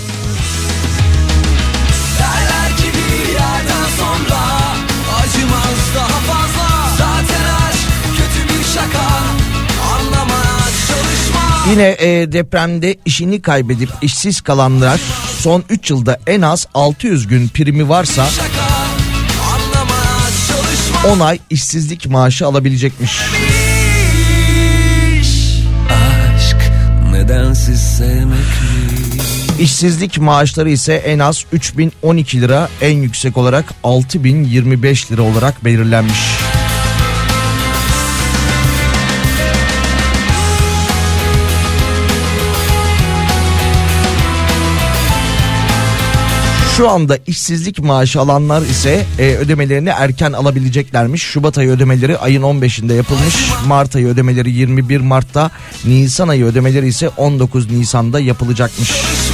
Yine e, depremde işini kaybedip işsiz kalanlar son üç yılda en az altı yüz gün primi varsa on ay işsizlik maaşı alabilecekmiş. Aşk nedensiz sevmek. İşsizlik maaşları ise en az üç bin on iki lira, en yüksek olarak altı bin yirmi beş lira olarak belirlenmiş. Şu anda işsizlik maaşı alanlar ise e, ödemelerini erken alabileceklermiş. Şubat ayı ödemeleri ayın on beşinde yapılmış. Mart ayı ödemeleri yirmi bir Mart'ta, Nisan ayı ödemeleri ise on dokuz Nisan'da yapılacakmış.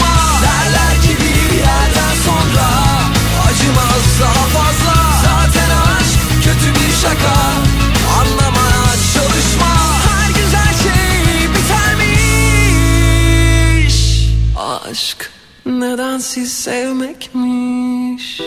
Aşk nedensiz sevmekmiş.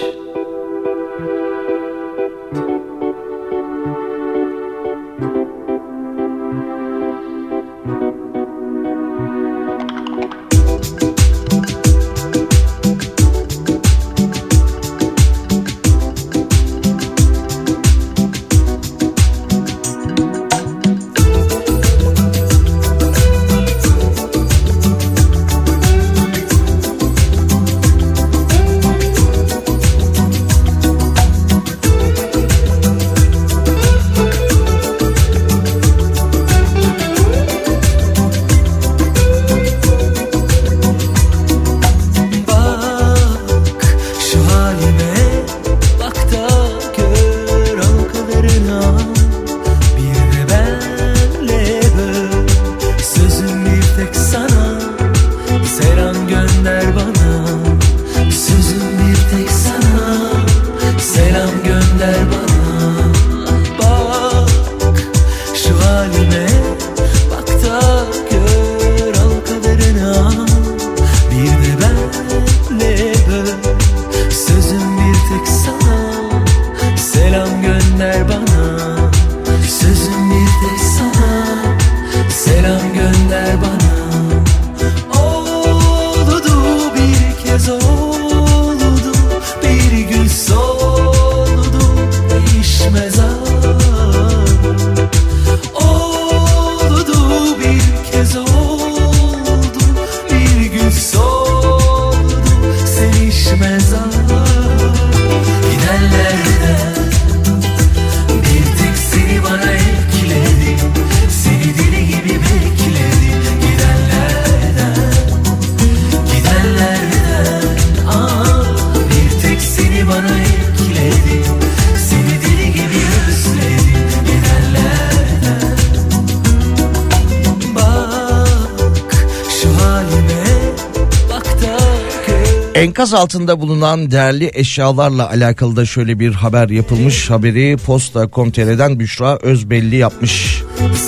Enkaz altında bulunan değerli eşyalarla alakalı da şöyle bir haber yapılmış. Haberi posta nokta com nokta tr'den Büşra Özbelli yapmış.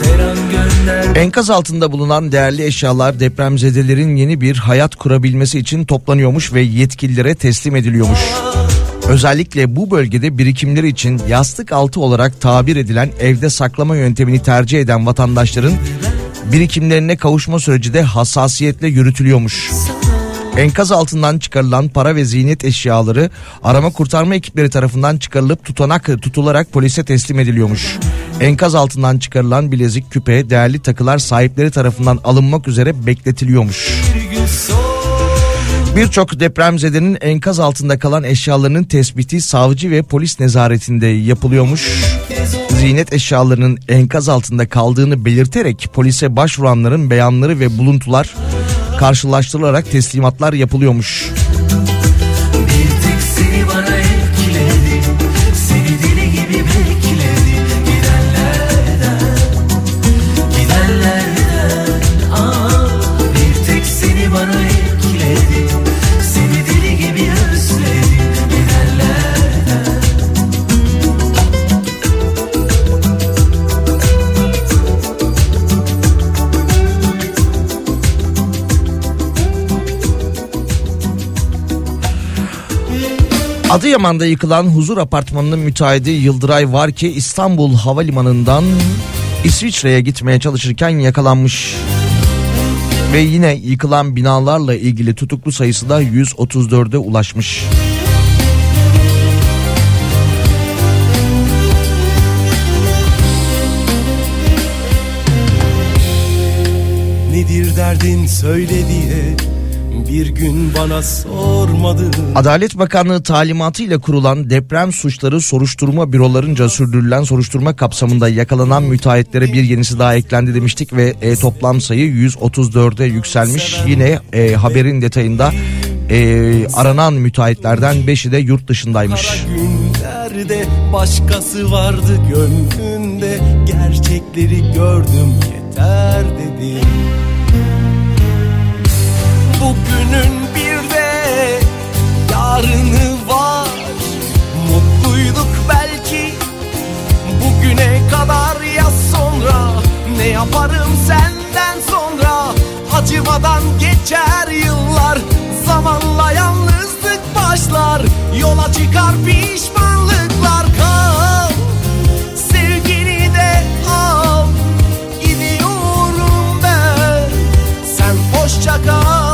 Enkaz altında bulunan değerli eşyalar depremzedelerin yeni bir hayat kurabilmesi için toplanıyormuş ve yetkililere teslim ediliyormuş. Özellikle bu bölgede birikimleri için yastık altı olarak tabir edilen evde saklama yöntemini tercih eden vatandaşların birikimlerine kavuşma süreci de hassasiyetle yürütülüyormuş. Enkaz altından çıkarılan para ve ziynet eşyaları arama kurtarma ekipleri tarafından çıkarılıp tutanak tutularak polise teslim ediliyormuş. Enkaz altından çıkarılan bilezik, küpe, değerli takılar sahipleri tarafından alınmak üzere bekletiliyormuş. Birçok depremzedenin enkaz altında kalan eşyalarının tespiti savcı ve polis nezaretinde yapılıyormuş. Ziynet eşyalarının enkaz altında kaldığını belirterek polise başvuranların beyanları ve buluntular karşılaştırılarak teslimatlar yapılıyormuş. Bir tek seni bana etkiledi, seni deli gibi bekledi, gidenlerden, gidenlerden. Aa, bir tek seni bana etkiledi, seni deli gibi özledi, gidenlerden. Adıyaman'da yıkılan huzur apartmanının müteahhidi Yıldıray Varki İstanbul Havalimanı'ndan İsviçre'ye gitmeye çalışırken yakalanmış. Ve yine yıkılan binalarla ilgili tutuklu sayısı da yüz otuz dörde ulaşmış. Nedir derdin söyle diye bir gün bana sormadın. Adalet Bakanlığı talimatıyla kurulan deprem suçları soruşturma bürolarınca sürdürülen soruşturma kapsamında yakalanan müteahhitlere bir yenisi daha eklendi demiştik ve e, toplam sayı yüz otuz dörde yükselmiş. Yine e, haberin detayında e, aranan müteahhitlerden beşi de yurt dışındaymış. Kara günlerde başkası vardı gönlünde, gerçekleri gördüm yeter dedim. Bugünün bir de yarını var, mutluyduk belki bugüne kadar, ya sonra ne yaparım senden sonra, acımadan geçer yıllar, zamanla yalnızlık başlar, yola çıkar pişmanlıklar. Kal sevgini de al, gidiyorum ben, sen hoşça kal.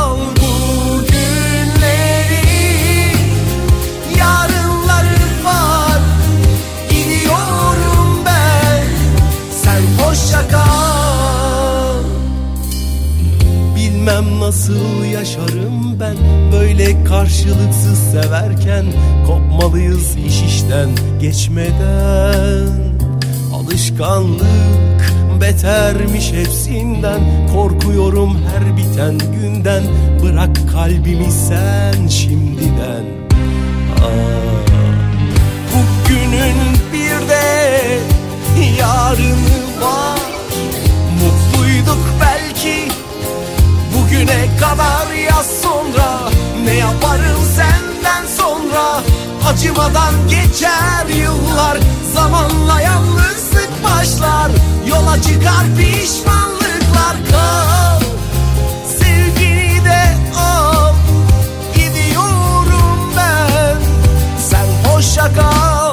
Bilmem nasıl yaşarım ben böyle karşılıksız severken, kopmalıyız iş işten geçmeden. Alışkanlık betermiş hepsinden, korkuyorum her biten günden, bırak kalbimi sen şimdiden. Aa, bugünün bir de yarını var, mutluyduk belki bugüne kadar, ya sonra ne yaparım senden sonra, acımadan geçer yıllar, zamanla yalnızlık başlar, yola çıkar pişmanlıklar. Kal sevgini de al, gidiyorum ben, sen hoşça kal.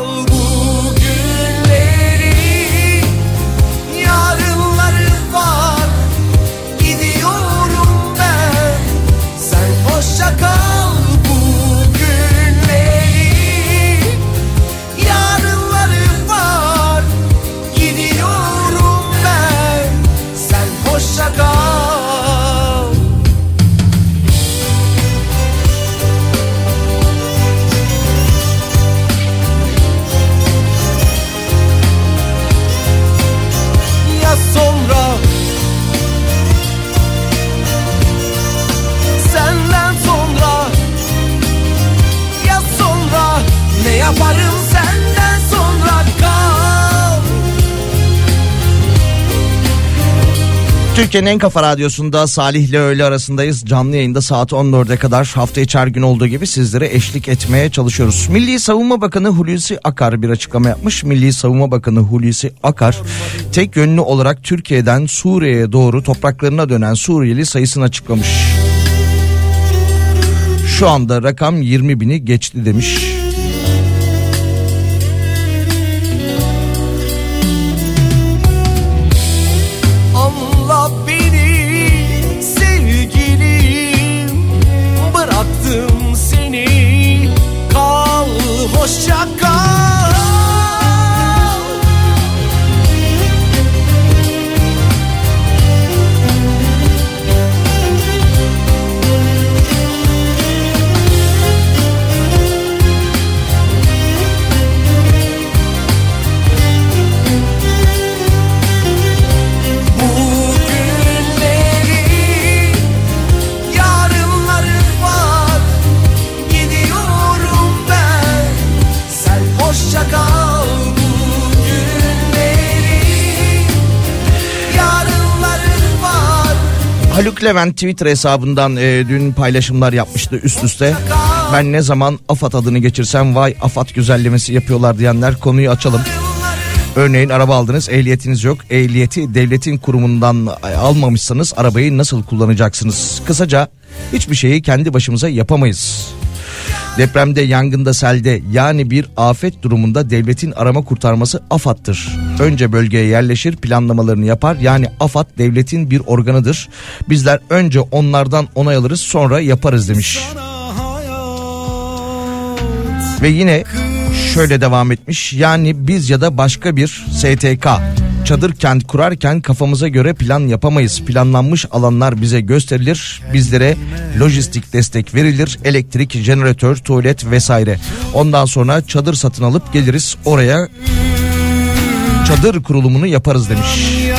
Bugünleri yarınları var, gidiyorum ben, sen hoşça kal. Bugünleri yarınları var, gidiyorum ben, sen hoşça kal. Ya sonra senden sonra, ya sonra ne yaparım senden sonra, kal. Türkiye'nin en kafa radyosunda Salih ile öğle arasındayız. Canlı yayında saat on dörde kadar hafta içi her gün olduğu gibi sizlere eşlik etmeye çalışıyoruz. Milli Savunma Bakanı Hulusi Akar bir açıklama yapmış. Milli Savunma Bakanı Hulusi Akar tek yönlü olarak Türkiye'den Suriye'ye doğru topraklarına dönen Suriyeli sayısını açıklamış. Şu anda rakam yirmi bini geçti demiş. Anla beni sevgilim, bıraktım seni, kal hoşça kal. Haluk Levent Twitter hesabından e, dün paylaşımlar yapmıştı üst üste. Ben ne zaman AFAD adını geçirsem vay AFAD güzellemesi yapıyorlar diyenler, konuyu açalım. Örneğin araba aldınız, ehliyetiniz yok. Ehliyeti devletin kurumundan almamışsanız arabayı nasıl kullanacaksınız? Kısaca hiçbir şeyi kendi başımıza yapamayız. Depremde, yangında, selde, yani bir afet durumunda devletin arama kurtarması AFAD'tır. Önce bölgeye yerleşir, planlamalarını yapar. Yani AFAD devletin bir organıdır. Bizler önce onlardan onay alırız, sonra yaparız demiş. Ve yine şöyle devam etmiş. Yani biz ya da başka bir S T K çadır kent kurarken kafamıza göre plan yapamayız. Planlanmış alanlar bize gösterilir. Bizlere lojistik destek verilir. Elektrik, jeneratör, tuvalet vesaire. Ondan sonra çadır satın alıp geliriz oraya. Çadır kurulumunu yaparız demiş.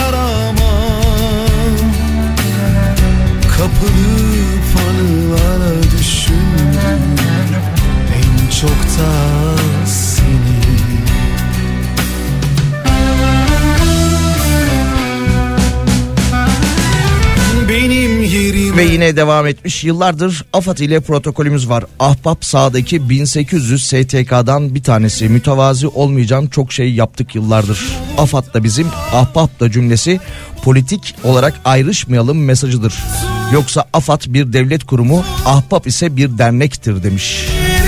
Kapılıp anılara düşündüm en çok da seni. Benim yerim. Ve yine devam etmiş. Yıllardır AFAD ile protokolümüz var. Ahbap sahadaki bin sekiz yüz S T K'dan bir tanesi. Mütevazi olmayacağım, çok şey yaptık yıllardır. AFAD da bizim, Ahbap da cümlesi politik olarak ayrışmayalım mesajıdır. Yoksa AFAD bir devlet kurumu, Ahbap ise bir dernektir demiş.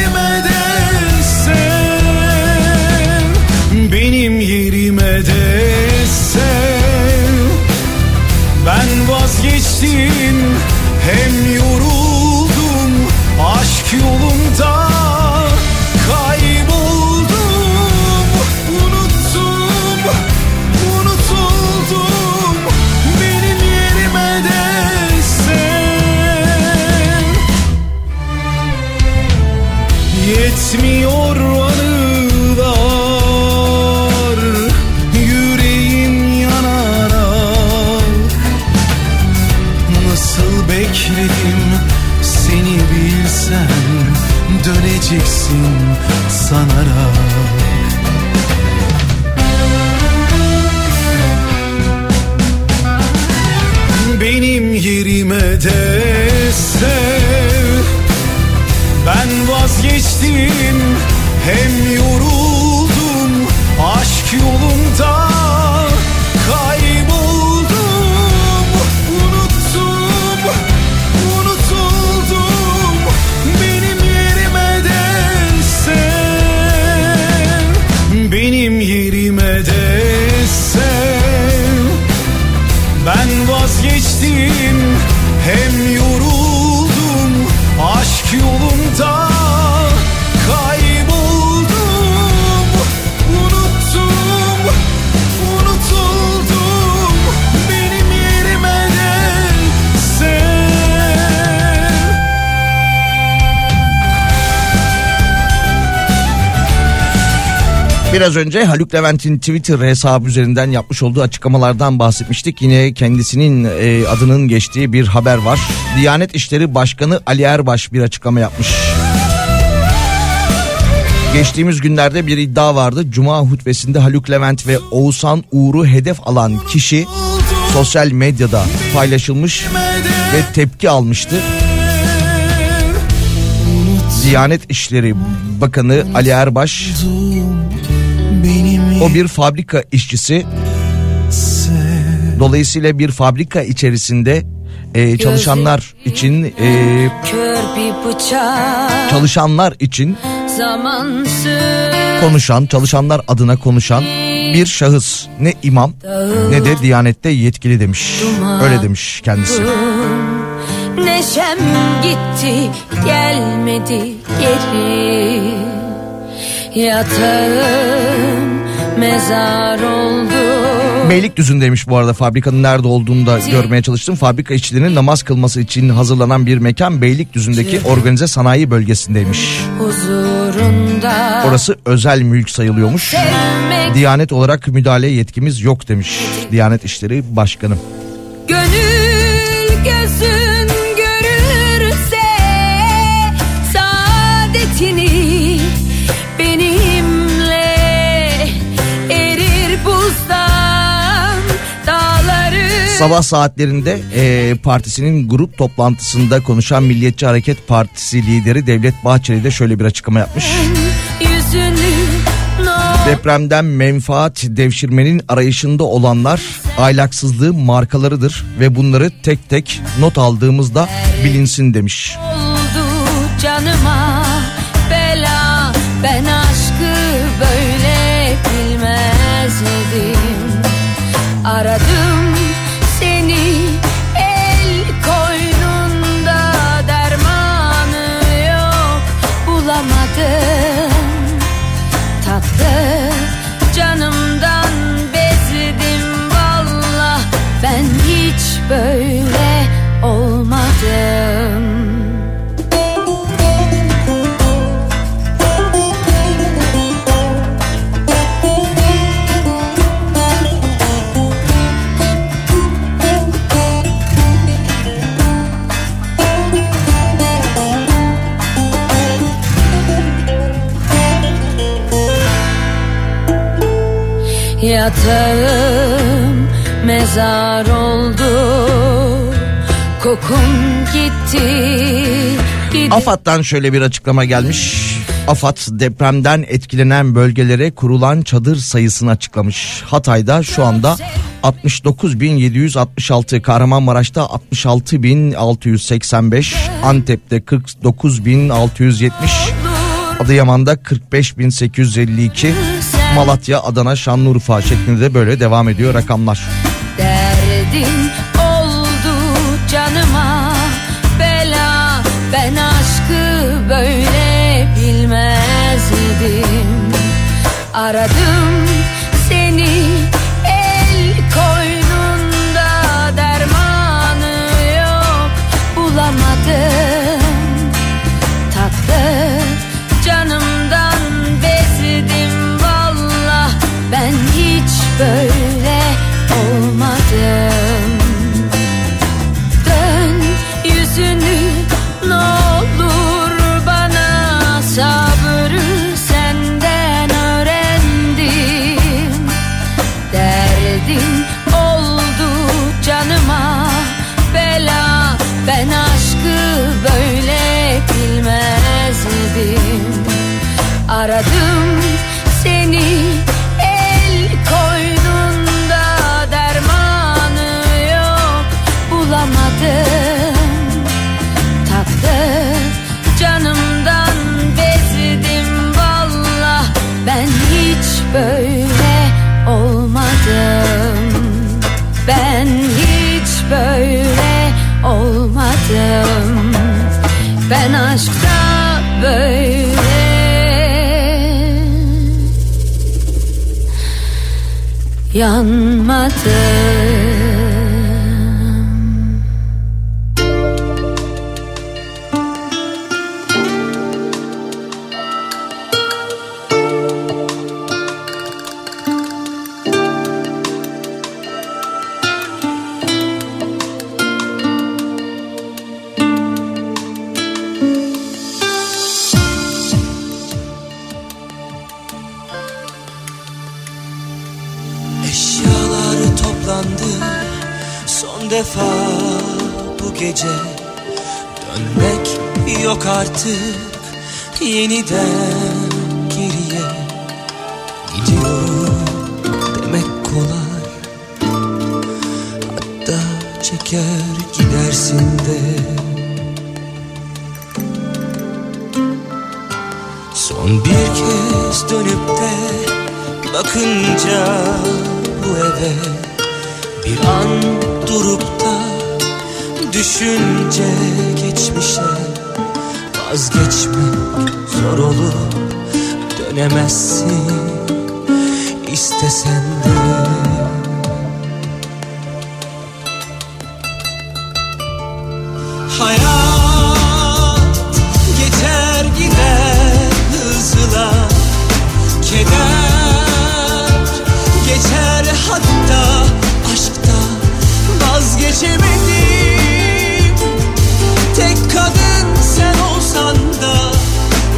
Benim yerime de sev. Ben vazgeçtim, hem yoruldum aşk yolunda, kayboldum, unuttum, unutuldum. Benim yerime de sev. Yetmiyor anılar, yüreğim yanarak. Nasıl bekledim seni bilsen, döneceksin sanarak. Benim yerime de sev. Ben vazgeçtim, hem yoruldum aşk yolunda, kayboldum, unuttum, unutuldum. Benim yerime de sev. Benim yerime de sev. Ben vazgeçtim, hem yoruldum aşk yolunda, kayboldum, unuttum, unutuldum. Benim yerime de sev. Biraz önce Haluk Levent'in Twitter hesabı üzerinden yapmış olduğu açıklamalardan bahsetmiştik. Yine kendisinin e, adının geçtiği bir haber var. Diyanet İşleri Başkanı Ali Erbaş bir açıklama yapmış. Geçtiğimiz günlerde bir iddia vardı. Cuma hutbesinde Haluk Levent ve Oğuzhan Uğur'u hedef alan kişi sosyal medyada paylaşılmış ve tepki almıştı. Diyanet İşleri Bakanı Ali Erbaş, o bir fabrika işçisi. Dolayısıyla bir fabrika içerisinde e, çalışanlar için e, çalışanlar için konuşan, çalışanlar adına konuşan bir şahıs, ne imam ne de Diyanet'te yetkili demiş. Öyle demiş kendisi. Neşem gitti, gelmedi geri. Yatağım mezar oldu. Beylikdüzü'ndeymiş bu arada, fabrikanın nerede olduğunu da görmeye çalıştım. Fabrika işçilerinin namaz kılması için hazırlanan bir mekan Beylikdüzü'ndeki organize sanayi bölgesindeymiş. Huzurunda orası özel mülk sayılıyormuş. Sevmek. Diyanet olarak müdahale yetkimiz yok demiş Diyanet İşleri Başkanı. Gönül gözün görürse saadetini, benimle erir buzdan dağları. Sabah saatlerinde e, partisinin grup toplantısında konuşan Milliyetçi Hareket Partisi lideri Devlet Bahçeli de şöyle bir açıklama yapmış. Depremden menfaat devşirmenin arayışında olanlar ahlaksızlığı markalarıdır ve bunları tek tek not aldığımızda bilinsin demiş. Oldu canıma bela, ben aşkı böyle bilmezdim. Aradım seni el koynunda, dermanı yok bulamadım. Tatlı canımdan bezdim valla, ben hiç böyle olmadım. Yatağım mezar oldu, kokun gitti, gitti. AFAD'dan şöyle bir açıklama gelmiş. AFAD depremden etkilenen bölgelere kurulan çadır sayısını açıklamış. Hatay'da şu anda altmış dokuz bin yedi yüz altmış altı, Kahramanmaraş'ta altmış altı bin altı yüz seksen beş, Antep'te kırk dokuz bin altı yüz yetmiş, Adıyaman'da kırk beş bin sekiz yüz elli iki, Malatya, Adana, Şanlıurfa şeklinde de böyle devam ediyor rakamlar. Derdin oldu canıma bela, ben aşkı böyle bilmezdim. Aradım seni el koynunda, dermanı yok bulamadım. Tatlı canımdan bezdim valla, ben hiç böyle olmadım. Dön yüzünü ne olur bana, sabrı senden öğrendim. Derdin oldu canıma bela, ben aşkı böyle bilmezdim. Aradım seni el koynunda, dermanı yok bulamadım. Tatlı canımdan bezdim valla, ben hiç böyle olmadım. Ben hiç böyle olmadım. Ben aşkta böyle yanmadım. Son defa bu gece dönmek yok artık, yeniden geriye gidiyorum demek kolay. Hatta çeker gidersin de. Son bir kez dönüp de bakınca bu eve, bir an durup da düşünce geçmişe, vazgeçmek zor olur, dönemezsin istesen de. Hayat geçer gider hızla, keder geçer hatta aşkta vazgeçemedim. Tek kadın sen olsan da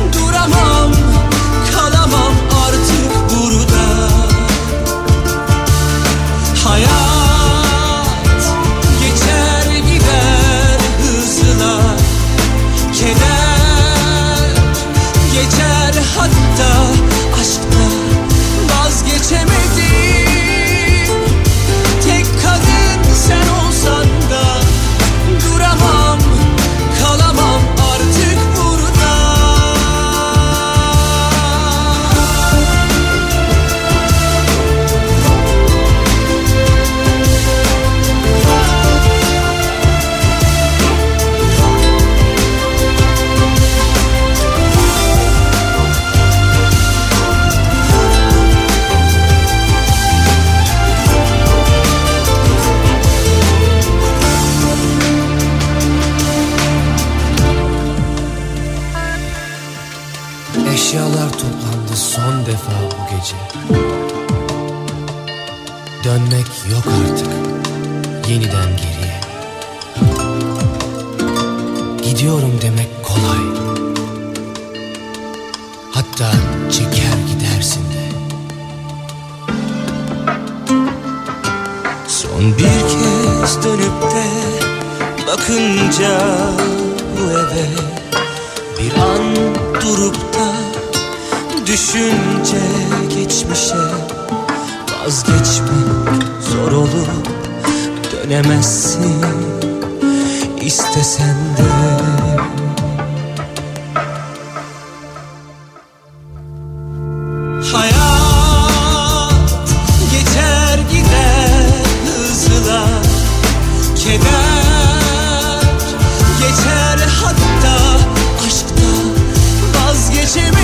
duramam, kalamam artık burada. Yıldızlar toplandı son defa bu gece. Dönmek yok artık yeniden geriye. Gidiyorum demek kolay. Hatta çeker gidersin de. Son bir kez dönüp de bakınca bu eve, bir an durup da düşünce geçmişe, vazgeçmek zor olup dönemezsin istesen de. Hayat geçer gider hızla, keder geçer hatta aşkta vazgeçemedim.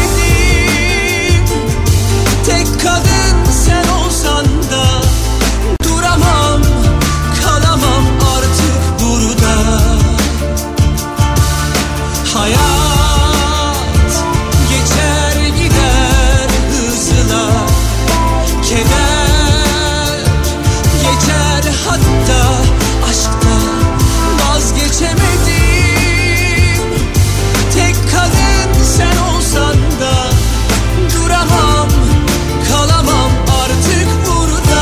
Tek kadın sen olsan da duramam, kalamam artık burada. Hayat geçer gider hızla, keder geçer hatta aşkta vazgeçemedim. Tek kadın sen olsan da duramam, kalamam artık burada.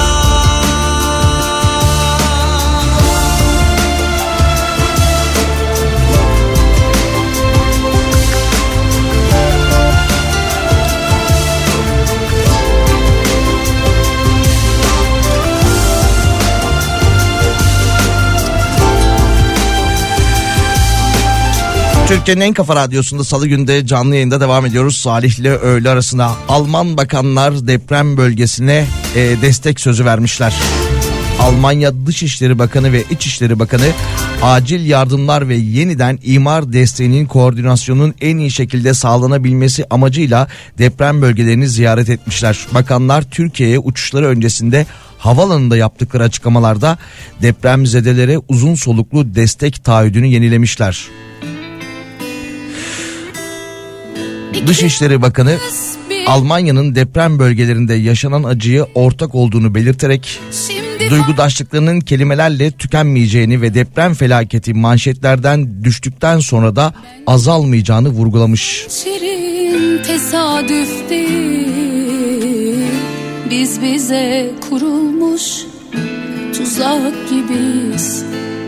Türkiye'nin en kafa radyosunda salı günde canlı yayında devam ediyoruz. Salih ile öğle arasına Alman bakanlar deprem bölgesine e, destek sözü vermişler. Almanya Dışişleri Bakanı ve İçişleri Bakanı acil yardımlar ve yeniden imar desteğinin koordinasyonunun en iyi şekilde sağlanabilmesi amacıyla deprem bölgelerini ziyaret etmişler. Bakanlar Türkiye'ye uçuşları öncesinde havalanında yaptıkları açıklamalarda depremzedelere uzun soluklu destek taahhüdünü yenilemişler. Dışişleri Bakanı Almanya'nın deprem bölgelerinde yaşanan acıya ortak olduğunu belirterek duygudaşlıklarının kelimelerle tükenmeyeceğini ve deprem felaketi manşetlerden düştükten sonra da azalmayacağını vurgulamış. Şirin tesadüf değil, biz bize kurulmuş tuzak gibiyiz.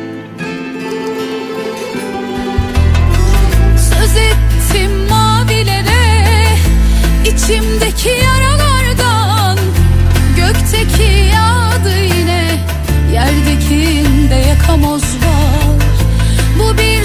Söz ettim mavilere, içimdeki yaralardan, gökteki yağdı yine, yerdekinde yakamoz var. Bu bir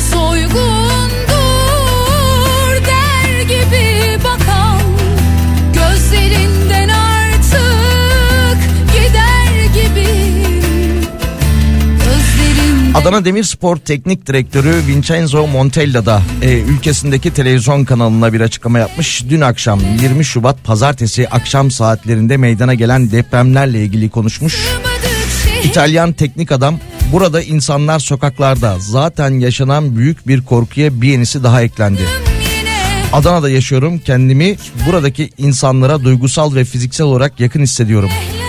soygundur der gibi bakan, gözlerinden artık gider gibiyim. Gözlerinden... Adana Demirspor Teknik Direktörü Vincenzo Montella da e, ülkesindeki televizyon kanalına bir açıklama yapmış. Dün akşam yirmi Şubat Pazartesi akşam saatlerinde meydana gelen depremlerle ilgili konuşmuş. İtalyan teknik adam, burada insanlar sokaklarda, zaten yaşanan büyük bir korkuya bir yenisi daha eklendi. Adana'da yaşıyorum, kendimi buradaki insanlara duygusal ve fiziksel olarak yakın hissediyorum.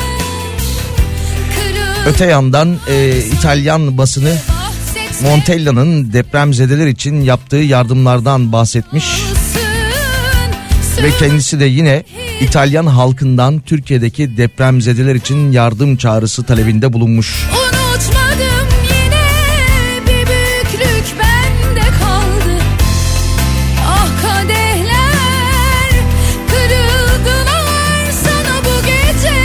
Öte yandan e, İtalyan basını Montella'nın depremzedeler için yaptığı yardımlardan bahsetmiş. Ve kendisi de yine İtalyan halkından Türkiye'deki depremzedeler için yardım çağrısı talebinde bulunmuş. Unutmadım yine, bir büyüklük bende kaldı. Ah kadehler kırıldılar sana bu gece.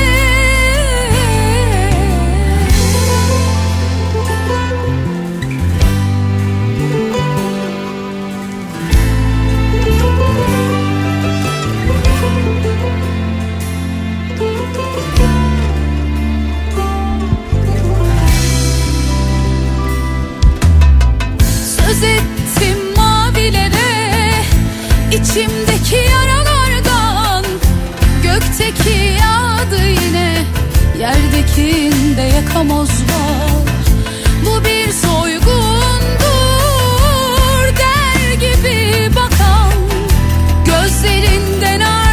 Söz ettim mavilere, içimdeki yaralardan, gökteki yağdı yine, yerdekinde yakamoz var. Bu bir soygundur der gibi bakan, gözlerinden artık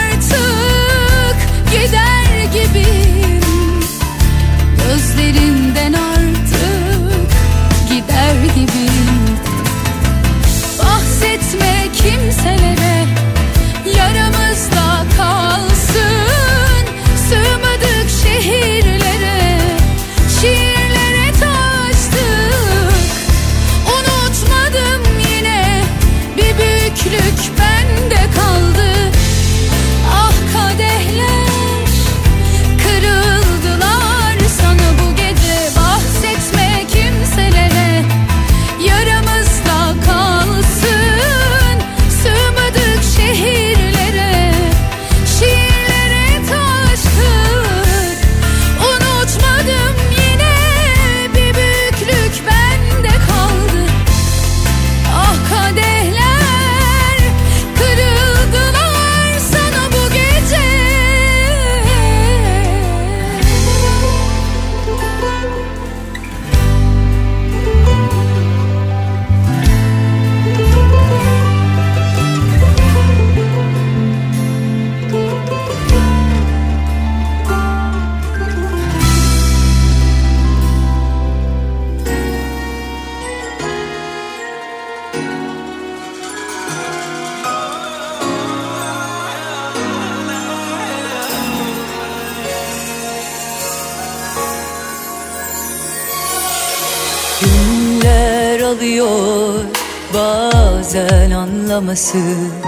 alıyor bazen anlaması.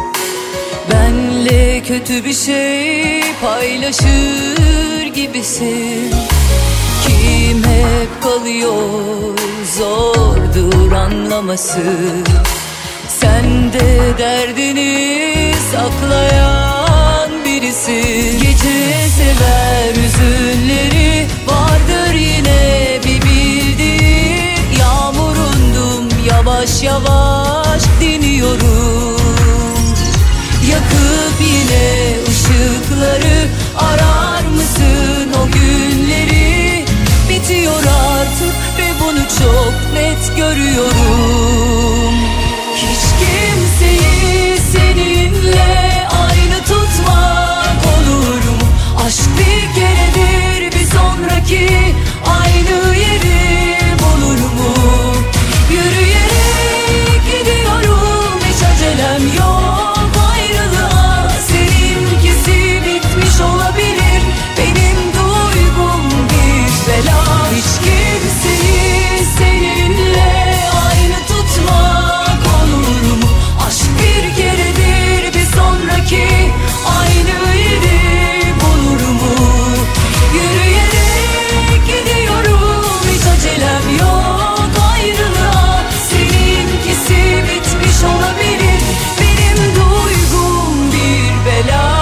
Benle kötü bir şey paylaşır gibisin. Kim hep kalıyor, zordur anlaması. Sen de derdini saklayan birisin. Gece sever hüzünleri, vardır yine bir bildiği. Yağmurundum, yavaş yavaş diniyorum. Yakıp yine ışıkları, arar mısın o günleri? Bitiyor artık ve bunu çok net görüyorum. Hiç kimseyi seninle aynı tutmak olur mu? Aşk bir keredir, bir sonraki aynı yeri bulur mu? Yürüyerek gidiyorum, hiç acelem yok ayrılığa. Seninkisi bitmiş olabilir, benim duygum bir bela. Hiç kimseyi seninle aynı tutmak olur mu? Aşk bir keredir, bir sonraki aynı yeri bulur mu? Yürüyerek gidiyorum, hiç acelem yok ayrılığa. Seninkisi bitmiş olabilir, benim duygum bir bela.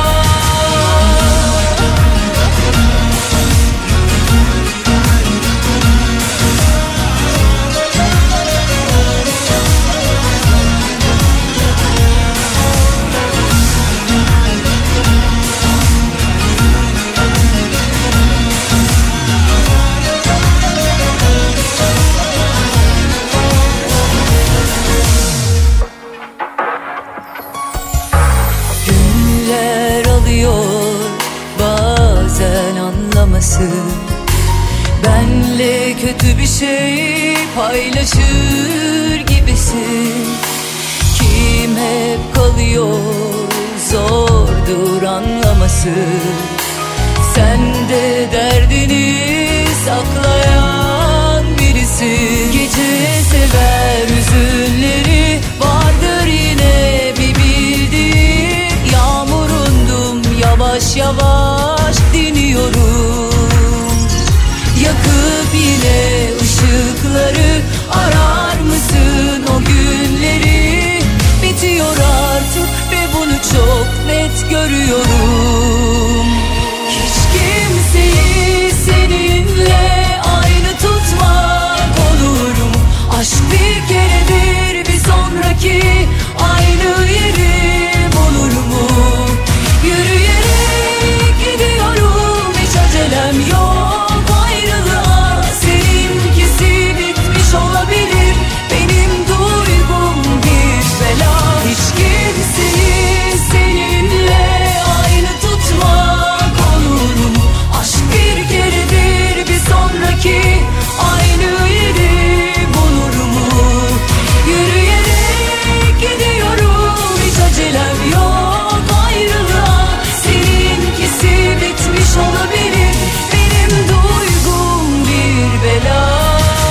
Günler alıyor bazen anlaması. Benle kötü bir şey paylaşır gibisin. Kim hep kalıyor, zordur anlaması. Sen de derdini saklayan birisin. Gece sever hüzünleri, vardır yine bir bildiği. Yağmurundum, yavaş yavaş diniyorum. Yakıp yine ışıkları, arar mısın o günleri? Bitiyor artık ve bunu çok net görüyorum. Hiç kimseyi seninle aynı tutmak olur mu? Aşk bir keredir, bir sonraki aynı yeri bulur mu? Yürüyerek gidiyorum, hiç acelem yok ayrılığa. Seninkisi bitmiş olabilir, benim duygum bir bela. Hiç kimseyi seninle aynı tutmak olur mu? Aşk bir keredir, bir sonraki aynı yeri bulur mu? Yürüyerek gidiyorum, hiç acelem yok ayrılığa. Seninkisi bitmiş olabilir, benim duygum bir bela.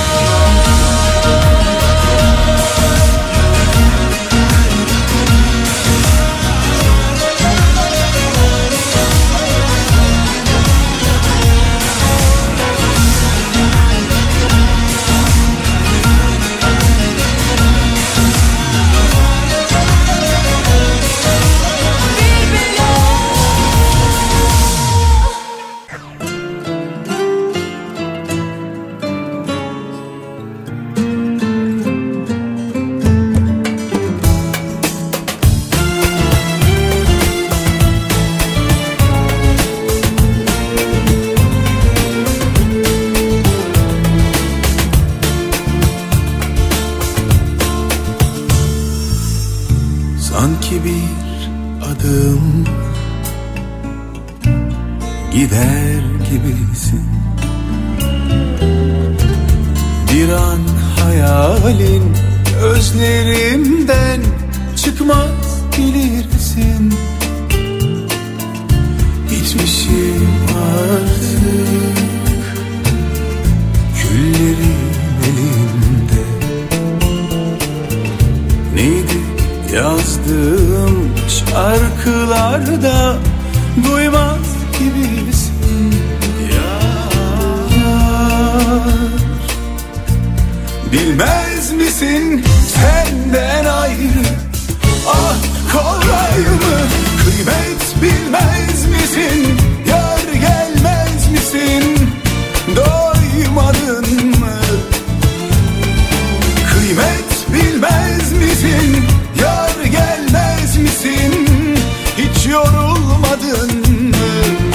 Sanki bir adım gider gibisin. Bir an hayalin gözlerimden çıkmaz bilirsin. Bitmişim artık, küllerim elimde. şarkılarda duymaz gibisin yar. Bilmez misin senden ayrı ah kolay mı? Kıymet bilmez misin? Yar gelmez misin? Doymadın mı? Kıymet bilmez misin? Yar gelmez misin? Hiç yorulmadın mı?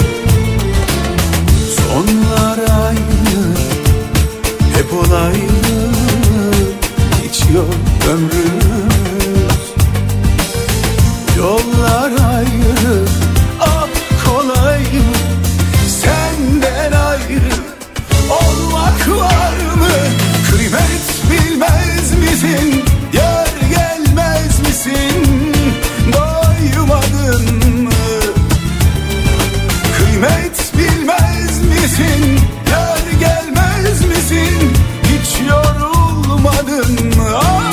Sonlar aynı, hep olaylı, hiç yok ömrümüz. Yollar ayrı, ah kolay mı? Senden ayrı olmak var mı? Kıymet bilmez misin? Yar gelmez misin? Doymadın mı? Kıymet bilmez misin? Yar gelmez misin? Hiç yorulmadın mı? Ah!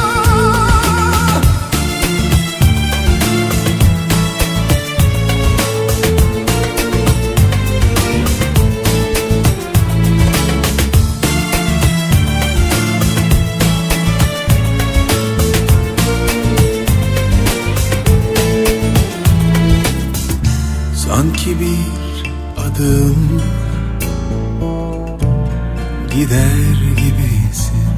Sanki bir adım gider gibisin.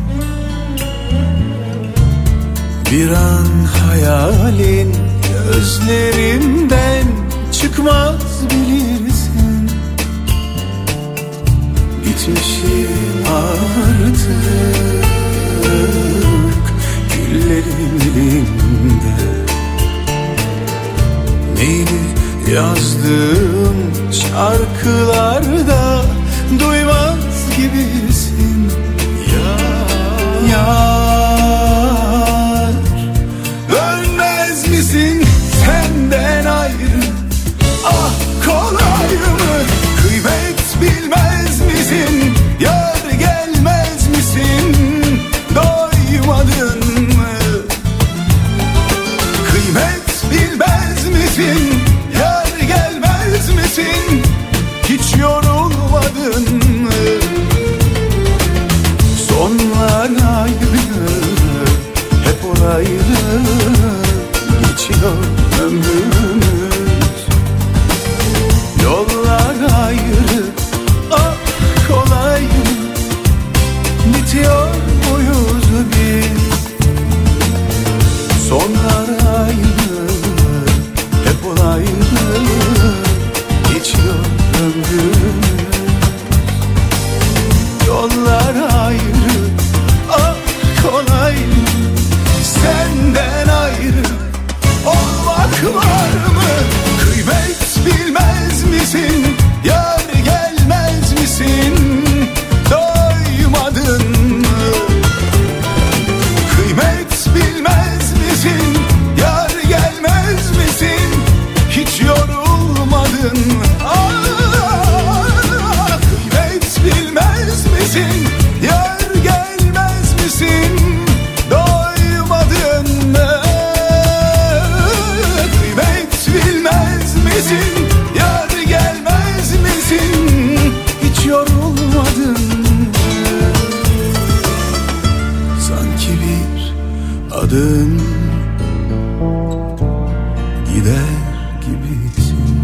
Bir an hayalin gözlerimden çıkmaz bilirsin. Gitmişim artık güllerin elinde. Neydi yazdığım şarkılarda duymaz gibisin yar, yar. Ölmez misin senden ayrı ah kolay mı? Kıymet bilmez misin? Yar gelmez misin? Doymadın mı? Kıymet bilmez misin? Hiç yorulmadın mı? Sonlar ayrı, hep olaylı, geçiyor ömrümüz. Yollar ayrı, ah kolay mı? Bitiyor muyuz biz? Sonlar ayrı, hep olaylı, geçiyor ömrümüz. Yollar ayrı, ah kolay mı? Senden ayrı olmak var mı? Kıymet bilmez misin? Yar gelmez misin? Doymadın mı? Kıymet bilmez misin? Yar gelmez misin? Hiç yorulmadın mı? Ah, kıymet bilmez misin? Yar gelmez misin? Doymadın mı? Kıymet bilmez misin? Yar gelmez misin? Hiç yorulmadın mı? Sanki bir adım gider gibisin.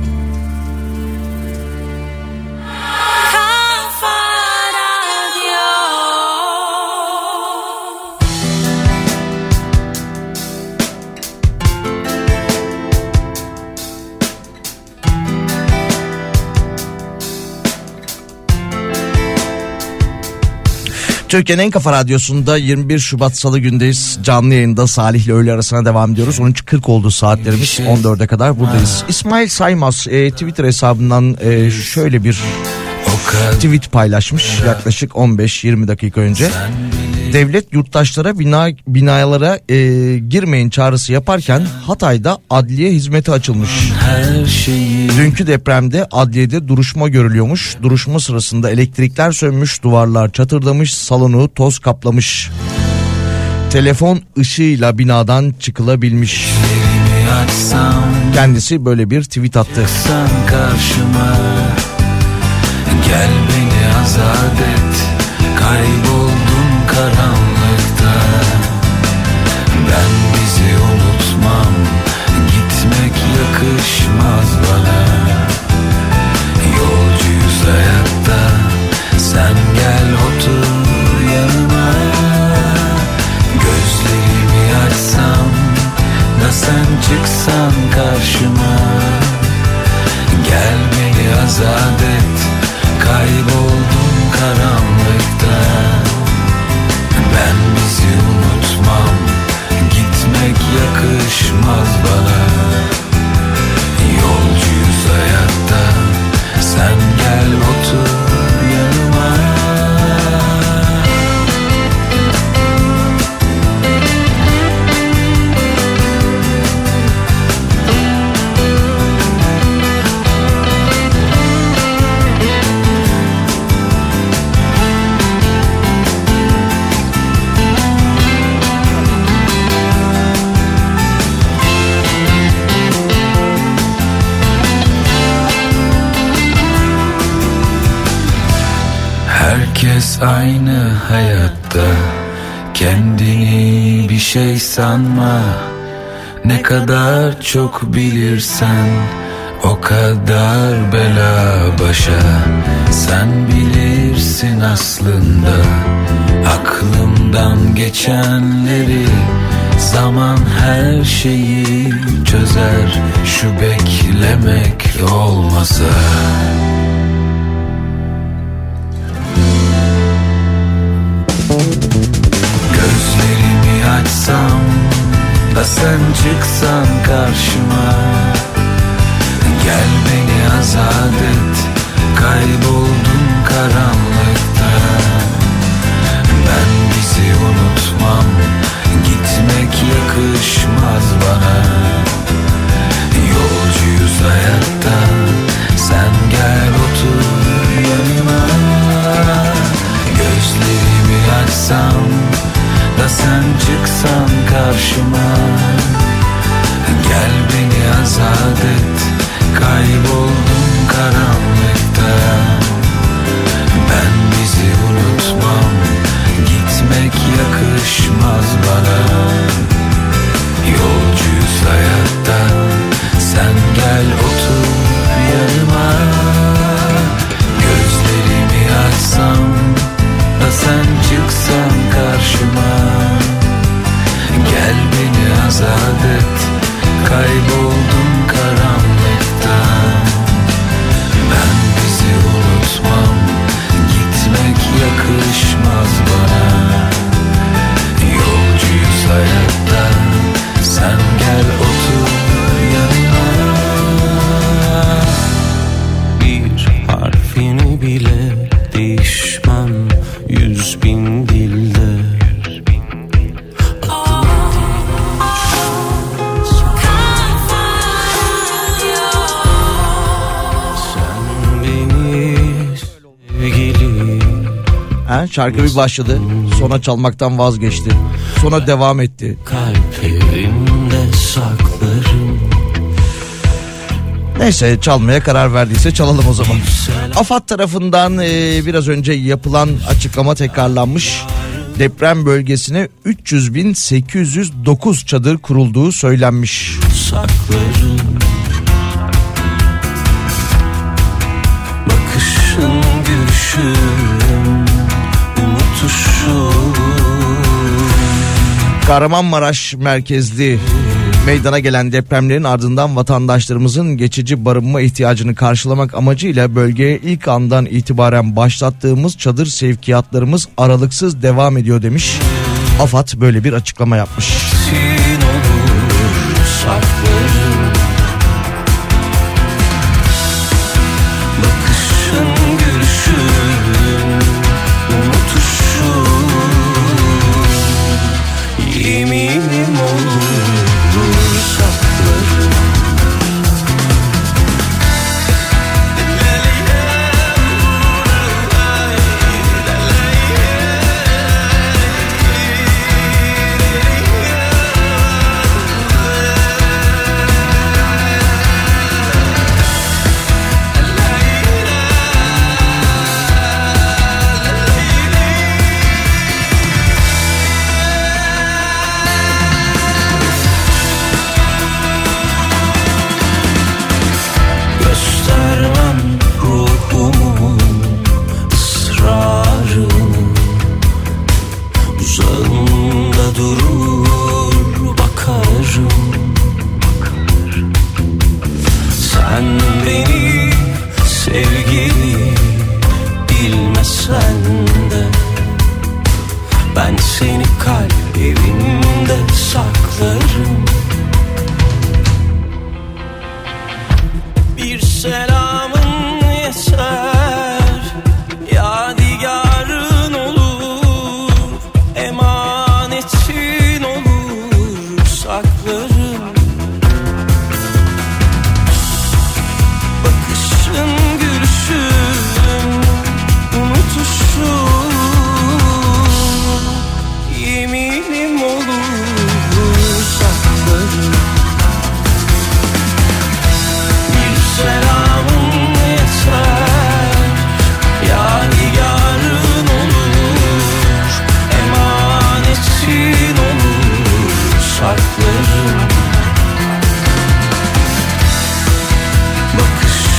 Türkiye'nin en kafa radyosunda yirmi bir Şubat Salı gündeyiz. Canlı yayında Salih ile öğle arasına devam ediyoruz. on üç kırk oldu saatlerimiz. on dörde kadar buradayız. Ha. İsmail Saymaz e, Twitter hesabından e, şöyle bir tweet paylaşmış yaklaşık on beş yirmi dakika önce. Devlet yurttaşlara bina binalara e, girmeyin çağrısı yaparken Hatay'da adliye hizmeti açılmış. Dünkü depremde adliyede duruşma görülüyormuş. Duruşma sırasında elektrikler sönmüş, duvarlar çatırdamış, salonu toz kaplamış. Telefon ışığıyla binadan çıkılabilmiş. açsam, kendisi böyle bir tweet attı. Sen karşıma, gel beni azat et, kayboldum karanlıkta. Ben bizi unutmam, gitmek yakışmaz bana. Yolcuyuz hayatta, sen gel otur yanıma. Gözlerimi açsam da sen çıksan karşıma. Gel beni azat et, kayboldum karanlıkta. Ben bizi unutmam, gitmek yakışmaz bana. Yolcuyuz hayatta, sen gel otur yanıma. Herkes aynı hayatta, kendini bir şey sanma. Ne kadar çok bilirsen o kadar bela başa. Sen bilirsin aslında aklımdan geçenleri. Zaman her şeyi çözer, şu beklemek olmasa. Gözlerimi açsam da sen çıksan karşıma. Gel beni azat et, kayboldum karanlıkta. Ben bizi unutmam, gitmek yakışmaz bana. Yolcuyuz hayatta, sen gel otur yanıma. Gözlerimi açsam da sen çıksan karşıma. Gel beni azat et, kayboldum karanlıkta. Ben bizi unutmam, gitmek yakışmaz bana. Yolcuyuz hayatta, sen gel otur yanıma. Gözlerimi açsam da sen çıksan karşıma. Gel beni azat et, kayboldum karanlıkta. Ben bizi unutmam, gitmek yakışmaz bana. Yolcuyuz hayatta, sen gel otur yanıma. Bir harfini bile değişmem, yüz bin dilde. Ha, şarkı bir başladı, sonra çalmaktan vazgeçti, sonra devam etti. Kalbimde saklarım. Neyse, çalmaya karar verdiyse çalalım o zaman. AFAD tarafından e, biraz önce yapılan açıklama tekrarlanmış. Deprem bölgesine üç yüz bin sekiz yüz dokuz çadır kurulduğu söylenmiş. Saklarım. Bakışın, gülüşün, unutuşun. Kahramanmaraş merkezli meydana gelen depremlerin ardından vatandaşlarımızın geçici barınma ihtiyacını karşılamak amacıyla bölgeye ilk andan itibaren başlattığımız çadır sevkiyatlarımız aralıksız devam ediyor demiş. AFAD böyle bir açıklama yapmış. Bakışın, gülüşün, unutuşun. Yeminim olur saklarım.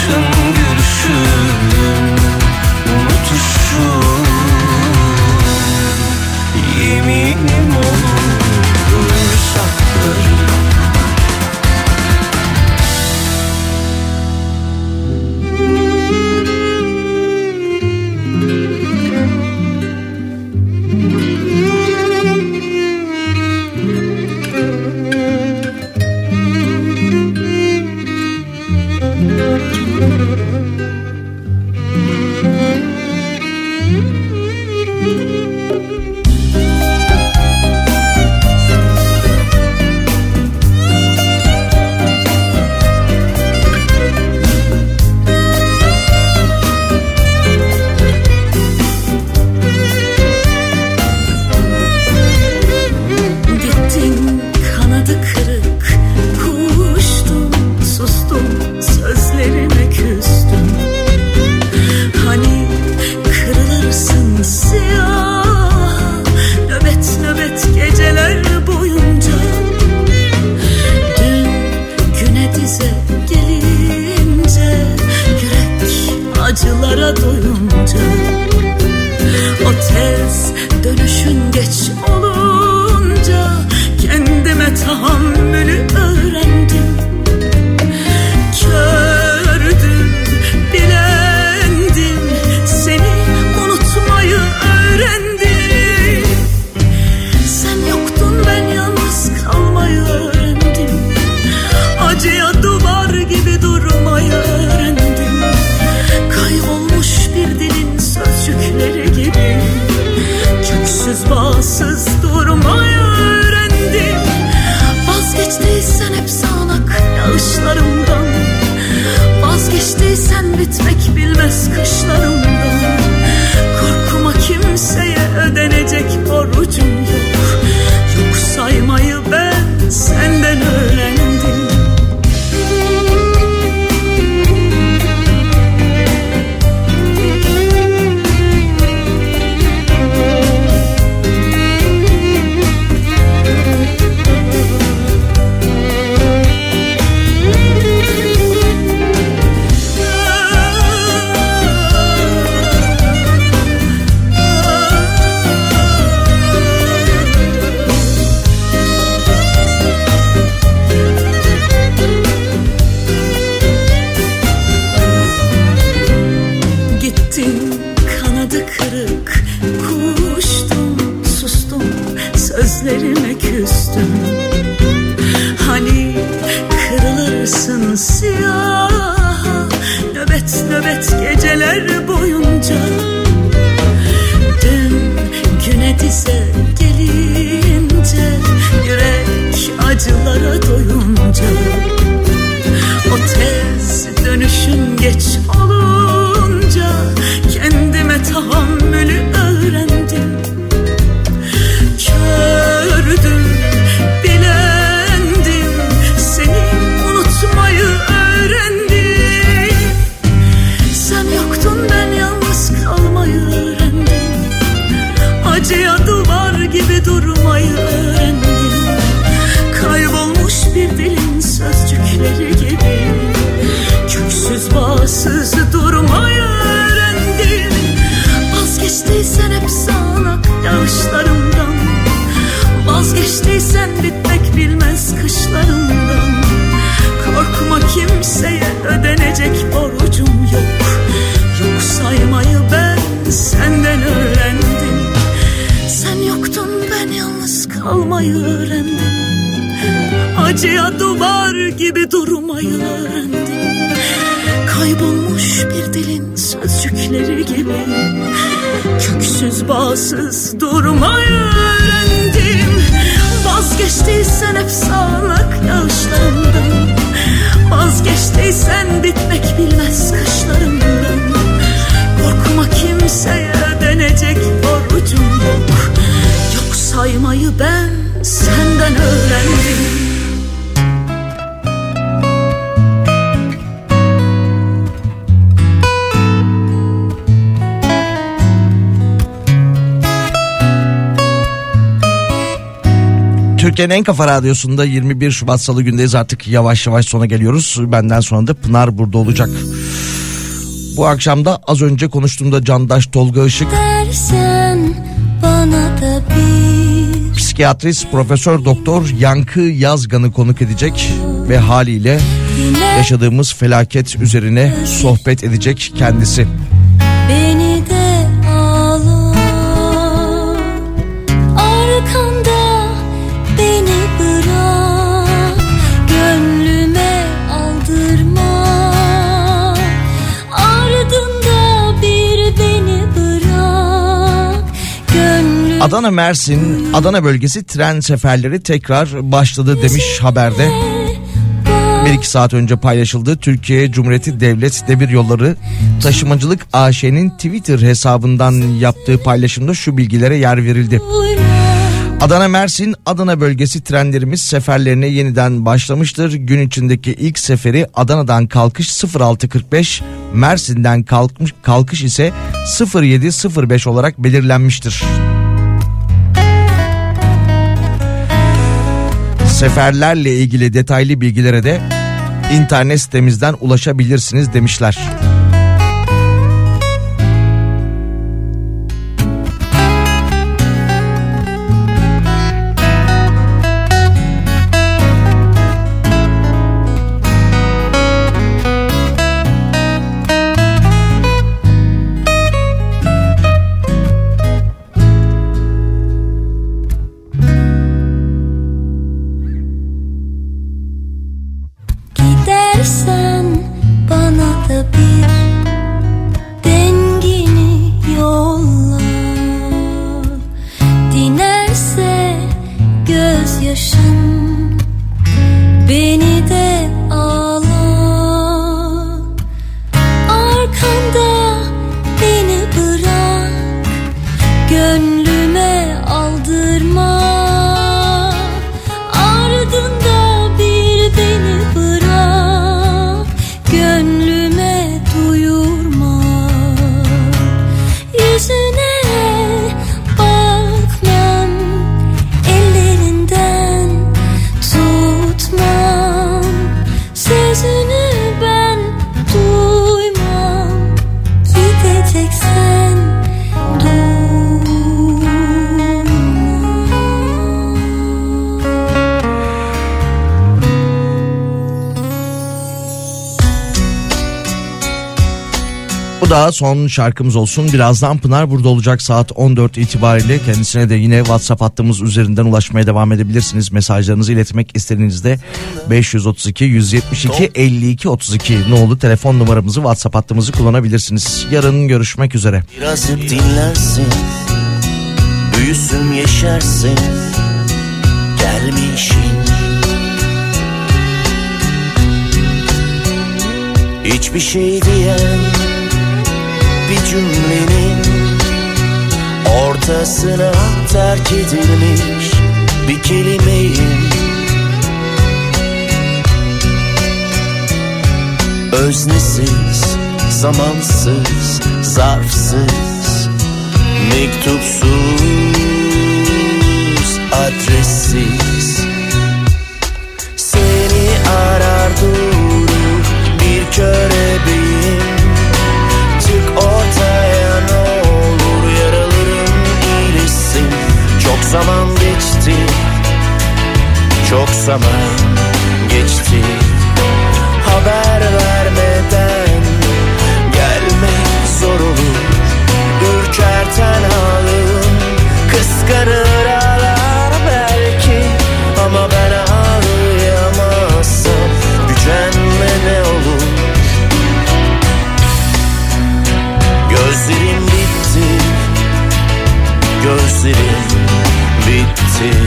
bakışın gülüşün unutuşum yeminim olur saklarım. acılara doyunca, o tez dönüşün geç olunca kendime tahammülü öğrendim. Kördüm, bilendim, seni unutmayı öğrendim. Sen yoktun, ben yalnız kalmayı öğrendim. Acıya duvar gibi durmayı öğrendim. Kaybolmuş bir dilin sözcükleri gibi köksüz bağsız durmayı öğrendim. Vazgeçtiysen hep sağanak yağışlarımdan, vazgeçtiysen bitmek bilmez kışlarımdan. Korkuma, kimseye ödenecek borcum yok. Yok saymayı ben senden öğrendim. Sözlerime küstüm. Hani kırılırsın siyah, nöbet nöbet geceler boyunca. Dün güne dize gelince, yürek acılara doyunca, o tez dönüşün geç olunca kendime tahammülü öğrendim. Kördüm, bilendim, seni unutmayı öğrendim. Sen yoktun, ben yalnız kalmayı öğrendim. Acıya duvar gibi durmayı öğrendim. Kaybolmuş bir dilin sözcükleri gibi köksüz bağsız durmayı öğrendim. Vazgeçtiysen hep sağanak yağışlarımdan, vazgeçtiysen bitmek bilmez kışlarımdan. Korkma, kimseye ödenecek borcum yok. Yok saymayı ben senden öğrendim. Sen yoktun, ben yalnız kalmayı öğrendim. Acıya duvar gibi durmayı öğrendim. Kaybolmuş bir dilin sözcükleri gibi köksüz bağsız durmayı öğrendim. Vazgeçtiysen hep sağanak yağışlarımdan, vazgeçtiysen bitmek bilmez kışlarımdan. Korkma, kimseye ödenecek borcum yok. Yok saymayı ben senden öğrendim. Türkiye'nin en kafa radyosunda yirmi bir Şubat Salı gündeyiz, artık yavaş yavaş sona geliyoruz. Benden sonra da Pınar burada olacak. Bu akşam da az önce konuştuğumda Candaş Tolga Işık, bana da bir psikiyatrist Profesör Doktor Yankı Yazgan'ı konuk edecek ve haliyle yaşadığımız felaket üzerine sohbet edecek kendisi. Beni de ağla, arkanda beni bırak, gönlüme aldırma, ardında bir beni bırak, gönlüme... Adana Mersin, Adana bölgesi tren seferleri tekrar başladı demiş haberde. Bir iki saat önce paylaşıldı. Türkiye Cumhuriyeti Devlet Demiryolları Taşımacılık A Ş'nin Twitter hesabından yaptığı paylaşımda şu bilgilere yer verildi. Adana Mersin, Adana bölgesi trenlerimiz seferlerine yeniden başlamıştır. Gün içindeki ilk seferi Adana'dan kalkış sıfır altı kırk beş, Mersin'den kalkmış, kalkış ise sıfır yedi sıfır beş olarak belirlenmiştir. Seferlerle ilgili detaylı bilgilere de internet sitemizden ulaşabilirsiniz demişler. Da son şarkımız olsun. Birazdan Pınar burada olacak saat on dört itibariyle. Kendisine de yine WhatsApp hattımız üzerinden ulaşmaya devam edebilirsiniz. Mesajlarınızı iletmek istediğinizde beş otuz iki yüz yetmiş iki elli iki otuz iki nolu telefon numaramızı, WhatsApp hattımızı kullanabilirsiniz. Yarın görüşmek üzere. Birazcık dinlersin, büyüsün yeşersin, gelmişin. Hiçbir şey diyen bir cümlenin ortasına terk edilmiş bir kelimeyim. Öznesiz, zamansız, zarfsız, mektupsuz, adressiz. Seni arar durur bir körebeğim. Çık ortaya ne olur, yaralarım iyileşsin. Çok zaman geçti, çok zaman geçti. Haber vermeden gelmek zor olur. Ürker tenhalığım, kıskanır ağlar belki. Ama ben ağlayamazsam gücenme ne olur. Gözlerim bitti, gözlerim bitti.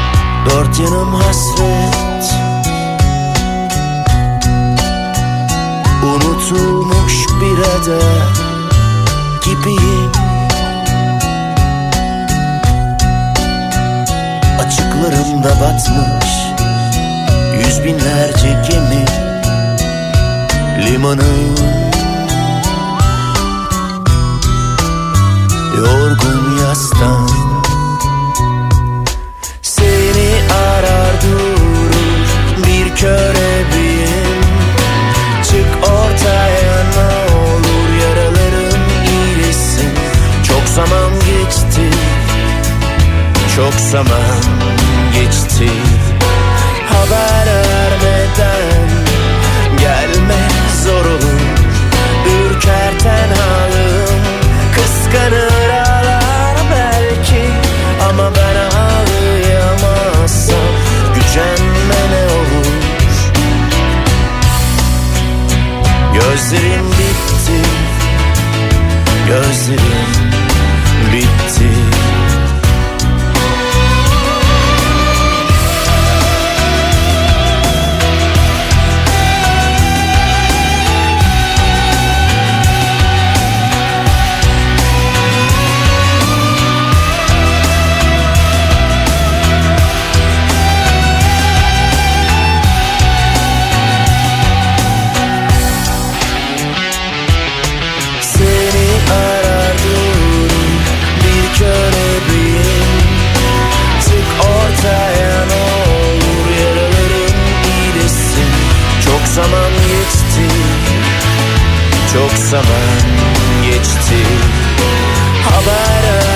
Dört yanım hasret, arada gibiyim. Açıklarımda batmış yüz binlerce gemi limanın. Yorgun yastan seni arar durur bir körebeyim. Çık ortaya ne olur, yaralarım iyileşsin. Çok zaman geçti, çok zaman geçti. Haber vermeden gelme zor olur. Ürkerten halım kıskanır ağlar belki. Ama ben ağlayamazsam gücenme ne olur. Gözlerim bitti, gözlerim bitti. Zaman geçti, çok zaman geçti. Haber